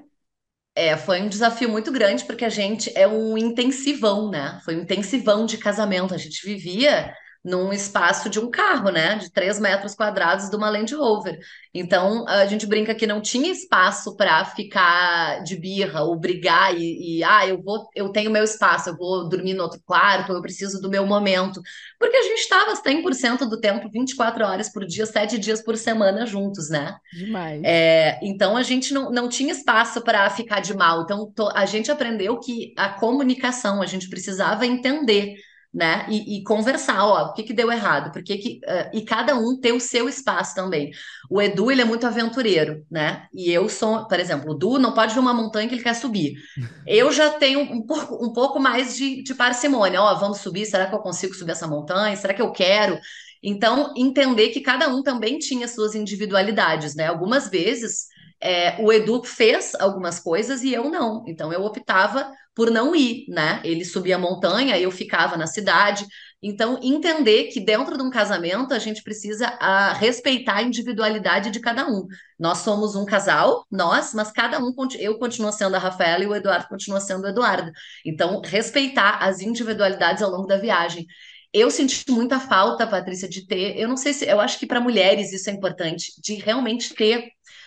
É, foi um desafio muito grande, porque a gente é um intensivão, né? Foi um intensivão de casamento. A gente vivia num espaço de um carro, né? De três metros quadrados de uma Land Rover. Então, a gente brinca que não tinha espaço para ficar de birra ou brigar e, e, ah, eu vou, eu tenho meu espaço, eu vou dormir no outro quarto, eu preciso do meu momento. Porque a gente estava cem por cento do tempo, vinte e quatro horas por dia, sete dias por semana juntos, né? Demais. É, então a gente não, não tinha espaço para ficar de mal. Então to- a gente aprendeu que a comunicação a gente precisava entender, né? E, e conversar, ó, o que que deu errado, por que que, eh, e cada um ter o seu espaço também. O Edu, ele é muito aventureiro, né? E eu sou, por exemplo, o Edu não pode ver uma montanha que ele quer subir. Eu já tenho um pouco, um pouco mais de, de parcimônia. Ó, vamos subir, será que eu consigo subir essa montanha? Será que eu quero? Então, entender que cada um também tinha suas individualidades, né? Algumas vezes é, o Edu fez algumas coisas e eu não. Então, eu optava por não ir, né? Ele subia a montanha, eu ficava na cidade. Então, entender que dentro de um casamento a gente precisa a, respeitar a individualidade de cada um. Nós somos um casal, nós, mas cada um, conti- eu continuo sendo a Rafaela e o Eduardo continua sendo o Eduardo. Então, respeitar as individualidades ao longo da viagem. Eu senti muita falta, Patrícia, de ter. Eu não sei se. Eu acho que para mulheres isso é importante, de realmente ter.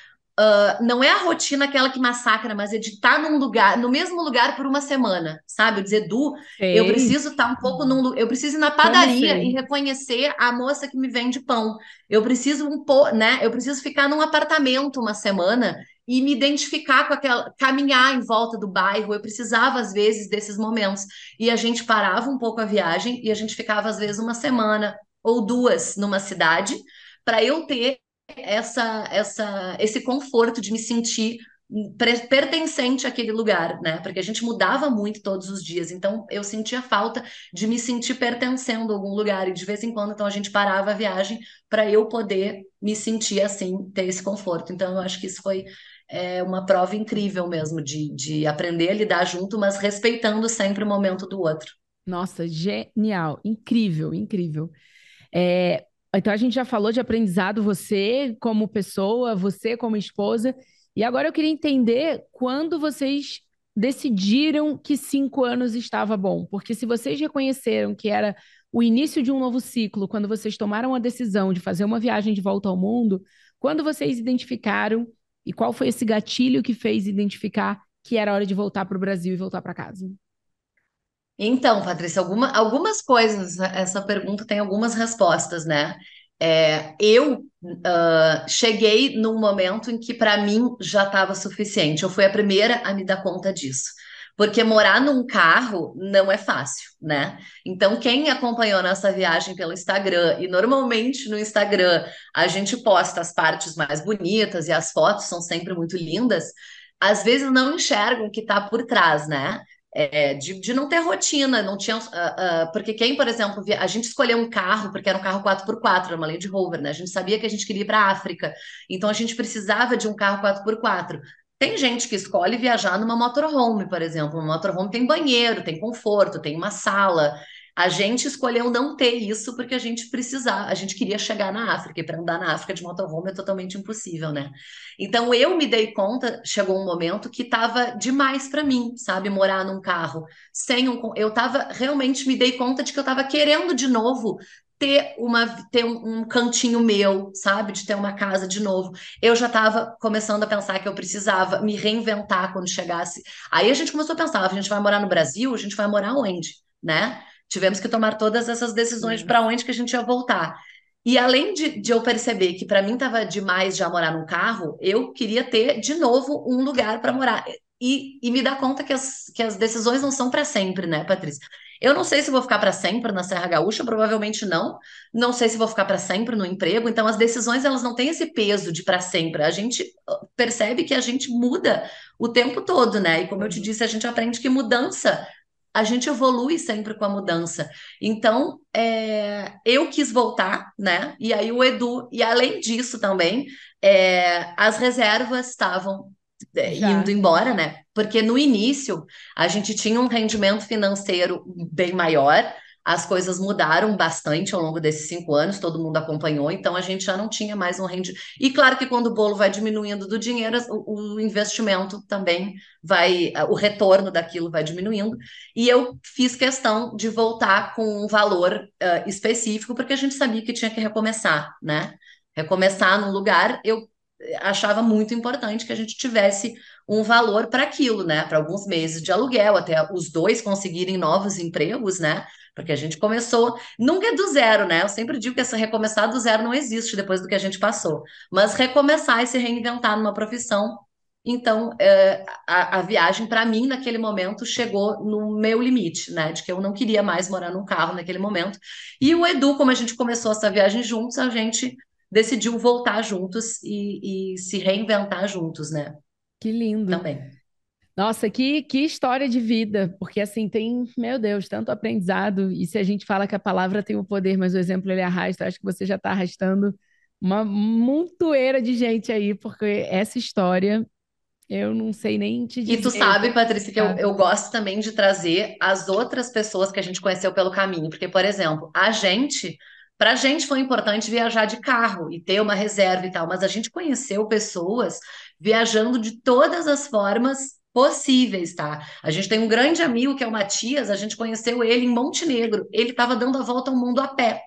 Ah, não é a rotina aquela que massacra, mas é de estar num lugar, no mesmo lugar por uma semana, sabe? Eu dizer, Du, eu Sei. preciso estar um pouco num. lu- Eu preciso ir na Como padaria e sei? reconhecer a moça que me vende pão. Eu preciso um po, né? Eu preciso ficar num apartamento uma semana e me identificar com aquela, caminhar em volta do bairro. Eu precisava, às vezes, desses momentos. E a gente parava um pouco a viagem e a gente ficava, às vezes, uma semana ou duas numa cidade para eu ter essa, essa, esse conforto de me sentir pre- pertencente àquele lugar, né? Porque a gente mudava muito todos os dias, então eu sentia falta de me sentir pertencendo a algum lugar, e de vez em quando, então, a gente parava a viagem para eu poder me sentir assim, ter esse conforto. Então, eu acho que isso foi é, uma prova incrível mesmo de, de aprender a lidar junto, mas respeitando sempre o momento do outro. Nossa, genial, incrível, incrível. É, então a gente já falou de aprendizado, você como pessoa, você como esposa, e agora eu queria entender quando vocês decidiram que cinco anos estava bom, porque se vocês reconheceram que era o início de um novo ciclo, quando vocês tomaram a decisão de fazer uma viagem de volta ao mundo, quando vocês identificaram e qual foi esse gatilho que fez identificar que era hora de voltar para o Brasil e voltar para casa? Então, Patrícia, alguma, algumas coisas, né, essa pergunta tem algumas respostas, né? É, eu ah, cheguei num momento em que para mim já estava suficiente. Eu fui a primeira a me dar conta disso. Porque morar num carro não é fácil, né? Então, quem acompanhou nossa viagem pelo Instagram, e normalmente no Instagram a gente posta as partes mais bonitas e as fotos são sempre muito lindas, às vezes não enxergam o que está por trás, né? É, de, de não ter rotina, não tinha. ah, ah, porque quem, por exemplo, via- a gente escolheu um carro, porque era um carro quatro por quatro, era uma Land Rover, né? A gente sabia que a gente queria ir para a África, então a gente precisava de um carro quatro por quatro. Tem gente que escolhe viajar numa motorhome, por exemplo. Uma motorhome tem banheiro, tem conforto, tem uma sala. A gente escolheu não ter isso porque a gente precisava, a gente queria chegar na África, e para andar na África de motorhome é totalmente impossível, né? Então eu me dei conta, chegou um momento que estava demais para mim, sabe, morar num carro sem um, eu estava realmente me dei conta de que eu estava querendo de novo ter uma ter um, um cantinho meu, sabe, de ter uma casa de novo. Eu já estava começando a pensar que eu precisava me reinventar quando chegasse. Aí a gente começou a pensar, a gente vai morar no Brasil, a gente vai morar onde, né? Tivemos que tomar todas essas decisões para Yes. onde que a gente ia voltar. E além de, de eu perceber que para mim estava demais já morar num carro, eu queria ter de novo um lugar para morar. E, e me dar conta que as, que as decisões não são para sempre, né, Patrícia? Eu não sei se vou ficar para sempre na Serra Gaúcha, provavelmente não. Não sei se vou ficar para sempre no emprego. Então, as decisões elas não têm esse peso de para sempre. A gente uh, percebe que a gente muda o tempo todo, né? E como eu te Todo. disse, a gente aprende que mudança a gente evolui sempre com a mudança. Então, é, eu quis voltar, né? E aí o Edu, e além disso também, é, as reservas estavam é, indo Já. embora, né? Porque no início a gente tinha um rendimento financeiro bem maior, as coisas mudaram bastante ao longo desses cinco anos, todo mundo acompanhou, então a gente já não tinha mais um rendimento. E claro que quando o bolo vai diminuindo do dinheiro, o, o investimento também vai, o retorno daquilo vai diminuindo. E eu fiz questão de voltar com um valor uh, específico, porque a gente sabia que tinha que recomeçar, né? Recomeçar num lugar, eu achava muito importante que a gente tivesse um valor para aquilo, né? Para alguns meses de aluguel, até os dois conseguirem novos empregos, né? Porque a gente começou, nunca é do zero, né? Eu sempre digo que essa recomeçar do zero não existe depois do que a gente passou, mas recomeçar e se reinventar numa profissão. Então, é, a, a viagem para mim naquele momento chegou no meu limite, né? De que eu não queria mais morar num carro naquele momento. E o Edu, como a gente começou essa viagem juntos, a gente decidiu voltar juntos e, e se reinventar juntos, né? Que lindo. Também. Nossa, que, que história de vida, porque assim tem, meu Deus, tanto aprendizado, e se a gente fala que a palavra tem o poder, mas o exemplo ele arrasta, acho que você já está arrastando uma montoeira de gente aí, porque essa história eu não sei nem te E tu dizer o sabe, que Patrícia, que eu, é. eu gosto também de trazer as outras pessoas que a gente conheceu pelo caminho. Porque, por exemplo, a gente, pra gente foi importante viajar de carro e ter uma reserva e tal, mas a gente conheceu pessoas viajando de todas as formas possíveis, tá? A gente tem um grande amigo que é o Matias, a gente conheceu ele em Montenegro. Ele estava dando a volta ao mundo a pé.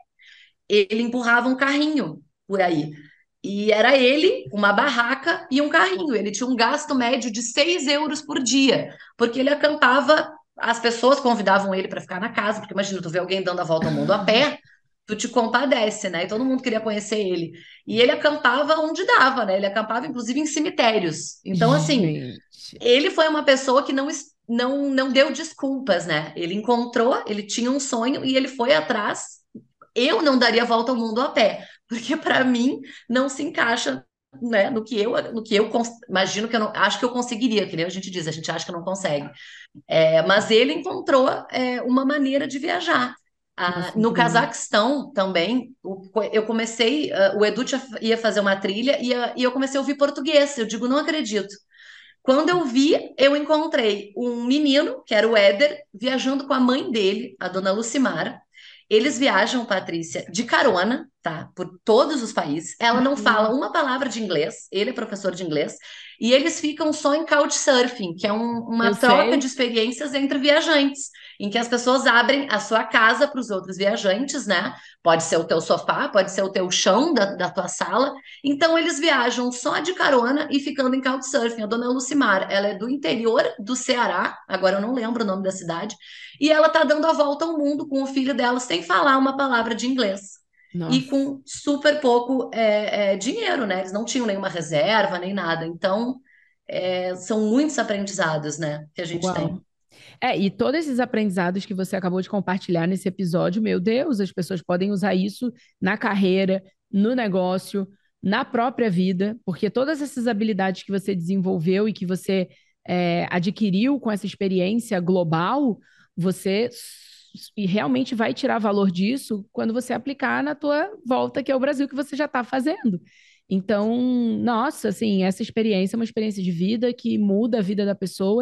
Ele empurrava um carrinho por aí. E era ele, uma barraca e um carrinho. Ele tinha um gasto médio de seis euros por dia, porque ele acampava, as pessoas convidavam ele para ficar na casa, porque imagina, tu vê alguém dando a volta ao mundo a pé, tu te compadece, né? E todo mundo queria conhecer ele. E ele acampava onde dava, né? Ele acampava, inclusive, em cemitérios. Então, assim, Gente, ele foi uma pessoa que não, es- não, não deu desculpas, né? Ele encontrou, ele tinha um sonho e ele foi atrás. Eu não daria a volta ao mundo a pé, porque para mim não se encaixa, né, no que eu, no que eu cons- imagino que eu não, acho que eu conseguiria, que nem a gente diz, a gente acha que não consegue. É, mas ele encontrou, é, uma maneira de viajar. Ah, nossa, no incrível. Cazaquistão também, o- eu comecei, ah, o Edu tinha- ia fazer uma trilha e, a- e eu comecei a ouvir português. Eu digo, não acredito. Quando eu vi, eu encontrei um menino, que era o Éder, viajando com a mãe dele, a dona Lucimar. Eles viajam, Patrícia, de carona, tá? Por todos os países. Ela não fala Uhum. uma palavra de inglês, ele é professor de inglês, e eles ficam só em couchsurfing, que é um- uma Eu troca de sei. experiências entre viajantes, em que as pessoas abrem a sua casa para os outros viajantes, né? Pode ser o teu sofá, pode ser o teu chão da, da tua sala, então eles viajam só de carona e ficando em couchsurfing. A dona Lucimar, ela é do interior do Ceará, agora eu não lembro o nome da cidade, e ela tá dando a volta ao mundo com o filho dela sem falar uma palavra de inglês. E Nossa, com super pouco é, é, dinheiro, né? Eles não tinham nenhuma reserva, nem nada. Então, é, são muitos aprendizados, né, que a gente tem. uau. É, e todos esses aprendizados que você acabou de compartilhar nesse episódio, meu Deus, as pessoas podem usar isso na carreira, no negócio, na própria vida, porque todas essas habilidades que você desenvolveu e que você é, adquiriu com essa experiência global, você s- e realmente vai tirar valor disso quando você aplicar na tua volta, que é o Brasil, que você já está fazendo. Então, nossa, assim, essa experiência é uma experiência de vida que muda a vida da pessoa,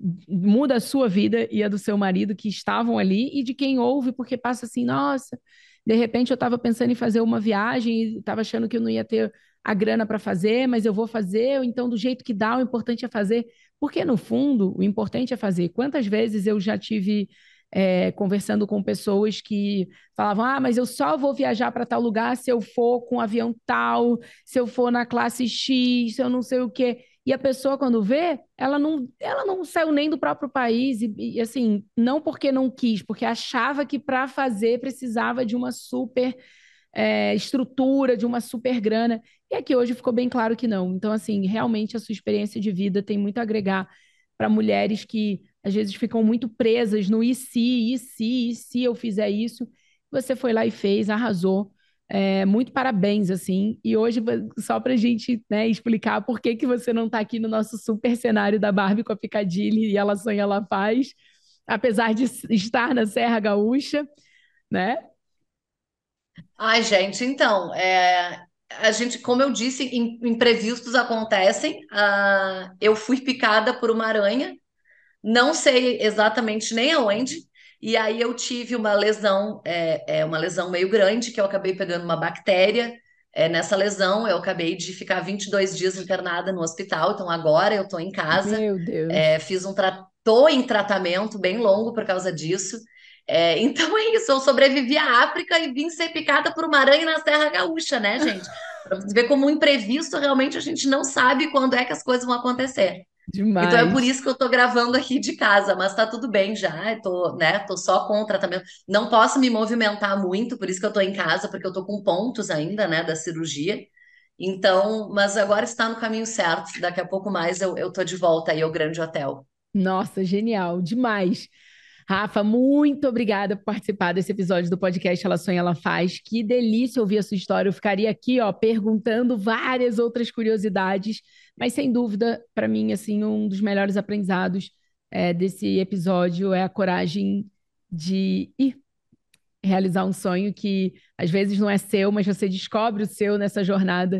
muda a sua vida e a do seu marido que estavam ali e de quem ouve, porque passa assim, nossa, de repente eu estava pensando em fazer uma viagem e estava achando que eu não ia ter a grana para fazer, mas eu vou fazer, então do jeito que dá, o importante é fazer, porque no fundo o importante é fazer. Quantas vezes eu já tive é, conversando com pessoas que falavam: ah, mas eu só vou viajar para tal lugar se eu for com um avião tal, se eu for na classe X, se eu não sei o quê. E a pessoa, quando vê, ela não, ela não saiu nem do próprio país, e, e assim, não porque não quis, porque achava que para fazer precisava de uma super é, estrutura, de uma super grana. E aqui hoje ficou bem claro que não. Então, assim, realmente a sua experiência de vida tem muito a agregar para mulheres que às vezes ficam muito presas no e se, e se, e se eu fizer isso. Você foi lá e fez, arrasou. É, muito parabéns, assim. E hoje, só para a gente, né, explicar por que, que você não está aqui no nosso super cenário da Barbie com a Piccadilly e Ela Sonha, Ela Faz, apesar de estar na Serra Gaúcha, né? Ai, gente, então, é, a gente, como eu disse, im- imprevistos acontecem. Ah, eu fui picada por uma aranha, não sei exatamente nem aonde. E aí eu tive uma lesão, é, é uma lesão meio grande, que eu acabei pegando uma bactéria. É, nessa lesão, eu acabei de ficar vinte e dois dias internada no hospital. Então agora eu tô em casa, Meu é, Deus. fiz um tra... tô em tratamento bem longo por causa disso. É, então é isso, eu sobrevivi à África e vim ser picada por uma aranha na Serra Gaúcha, né, gente? Pra você ver como um imprevisto, realmente a gente não sabe quando é que as coisas vão acontecer. Então é por Demais. isso que eu tô gravando aqui de casa, mas tá tudo bem já, eu tô, né, tô só com o tratamento. Não posso me movimentar muito, por isso que eu tô em casa, porque eu tô com pontos ainda, né, da cirurgia. Então, mas agora está no caminho certo. Daqui a pouco mais eu, eu tô de volta aí ao Grande Hotel. Nossa, genial, demais. Rafa, muito obrigada por participar desse episódio do podcast Ela Sonha, Ela Faz. Que delícia ouvir a sua história. Eu ficaria aqui, ó, perguntando várias outras curiosidades, mas sem dúvida, para mim, assim, um dos melhores aprendizados é, desse episódio é a coragem de ir realizar um sonho que às vezes não é seu, mas você descobre o seu nessa jornada.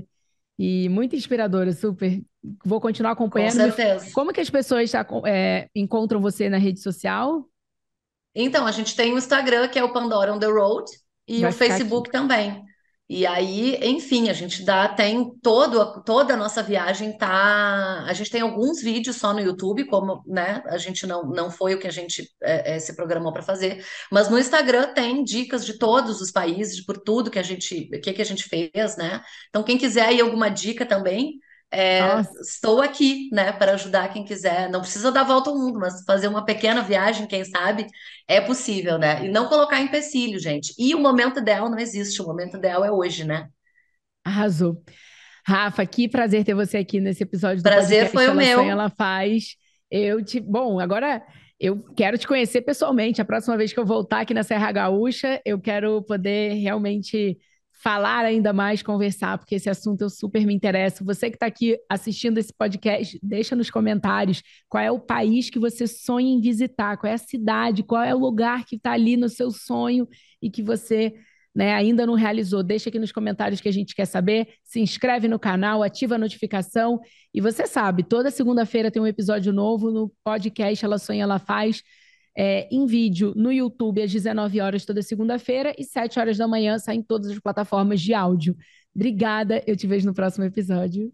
E muito inspiradora, super. Vou continuar Com acompanhando. Me- certeza. Como que as pessoas tá, é, encontram você na rede social? Então, a gente tem o Instagram, que é o Pandora on the Road, e o Vai ficar aqui. Facebook também. E aí, enfim, a gente dá, tem todo, toda a nossa viagem tá. A gente tem alguns vídeos só no YouTube, como, né? A gente não, não foi o que a gente é, é, se programou para fazer, mas no Instagram tem dicas de todos os países, por tudo que a gente, o que que a gente fez, né? Então, quem quiser aí alguma dica também, é, Nossa, estou aqui, né, para ajudar quem quiser. Não precisa dar a volta ao mundo, mas fazer uma pequena viagem, quem sabe. É possível, né? E não colocar empecilho, gente. E o momento ideal não existe, o momento ideal é hoje, né? arrasou. Rafa, que prazer ter você aqui nesse episódio do Prazer foi podcast o Ela Sonha, meu. Ela Faz. Eu te. Bom, agora eu quero te conhecer pessoalmente. A próxima vez que eu voltar aqui na Serra Gaúcha, eu quero poder realmente falar ainda mais, conversar, porque esse assunto eu super me interesso. Você que está aqui assistindo esse podcast, deixa nos comentários qual é o país que você sonha em visitar, qual é a cidade, qual é o lugar que está ali no seu sonho e que você né, ainda não realizou, deixa aqui nos comentários que a gente quer saber. Se inscreve no canal, ativa a notificação. E você sabe, toda segunda-feira tem um episódio novo no podcast Ela Sonha, Ela Faz, é, em vídeo no YouTube às dezenove horas toda segunda-feira e sete horas da manhã sai em todas as plataformas de áudio. Obrigada, eu te vejo no próximo episódio.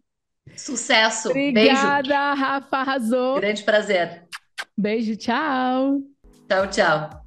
Sucesso. Beijo. Obrigada, Rafa, arrasou. Grande prazer. Beijo, tchau. Tchau, tchau.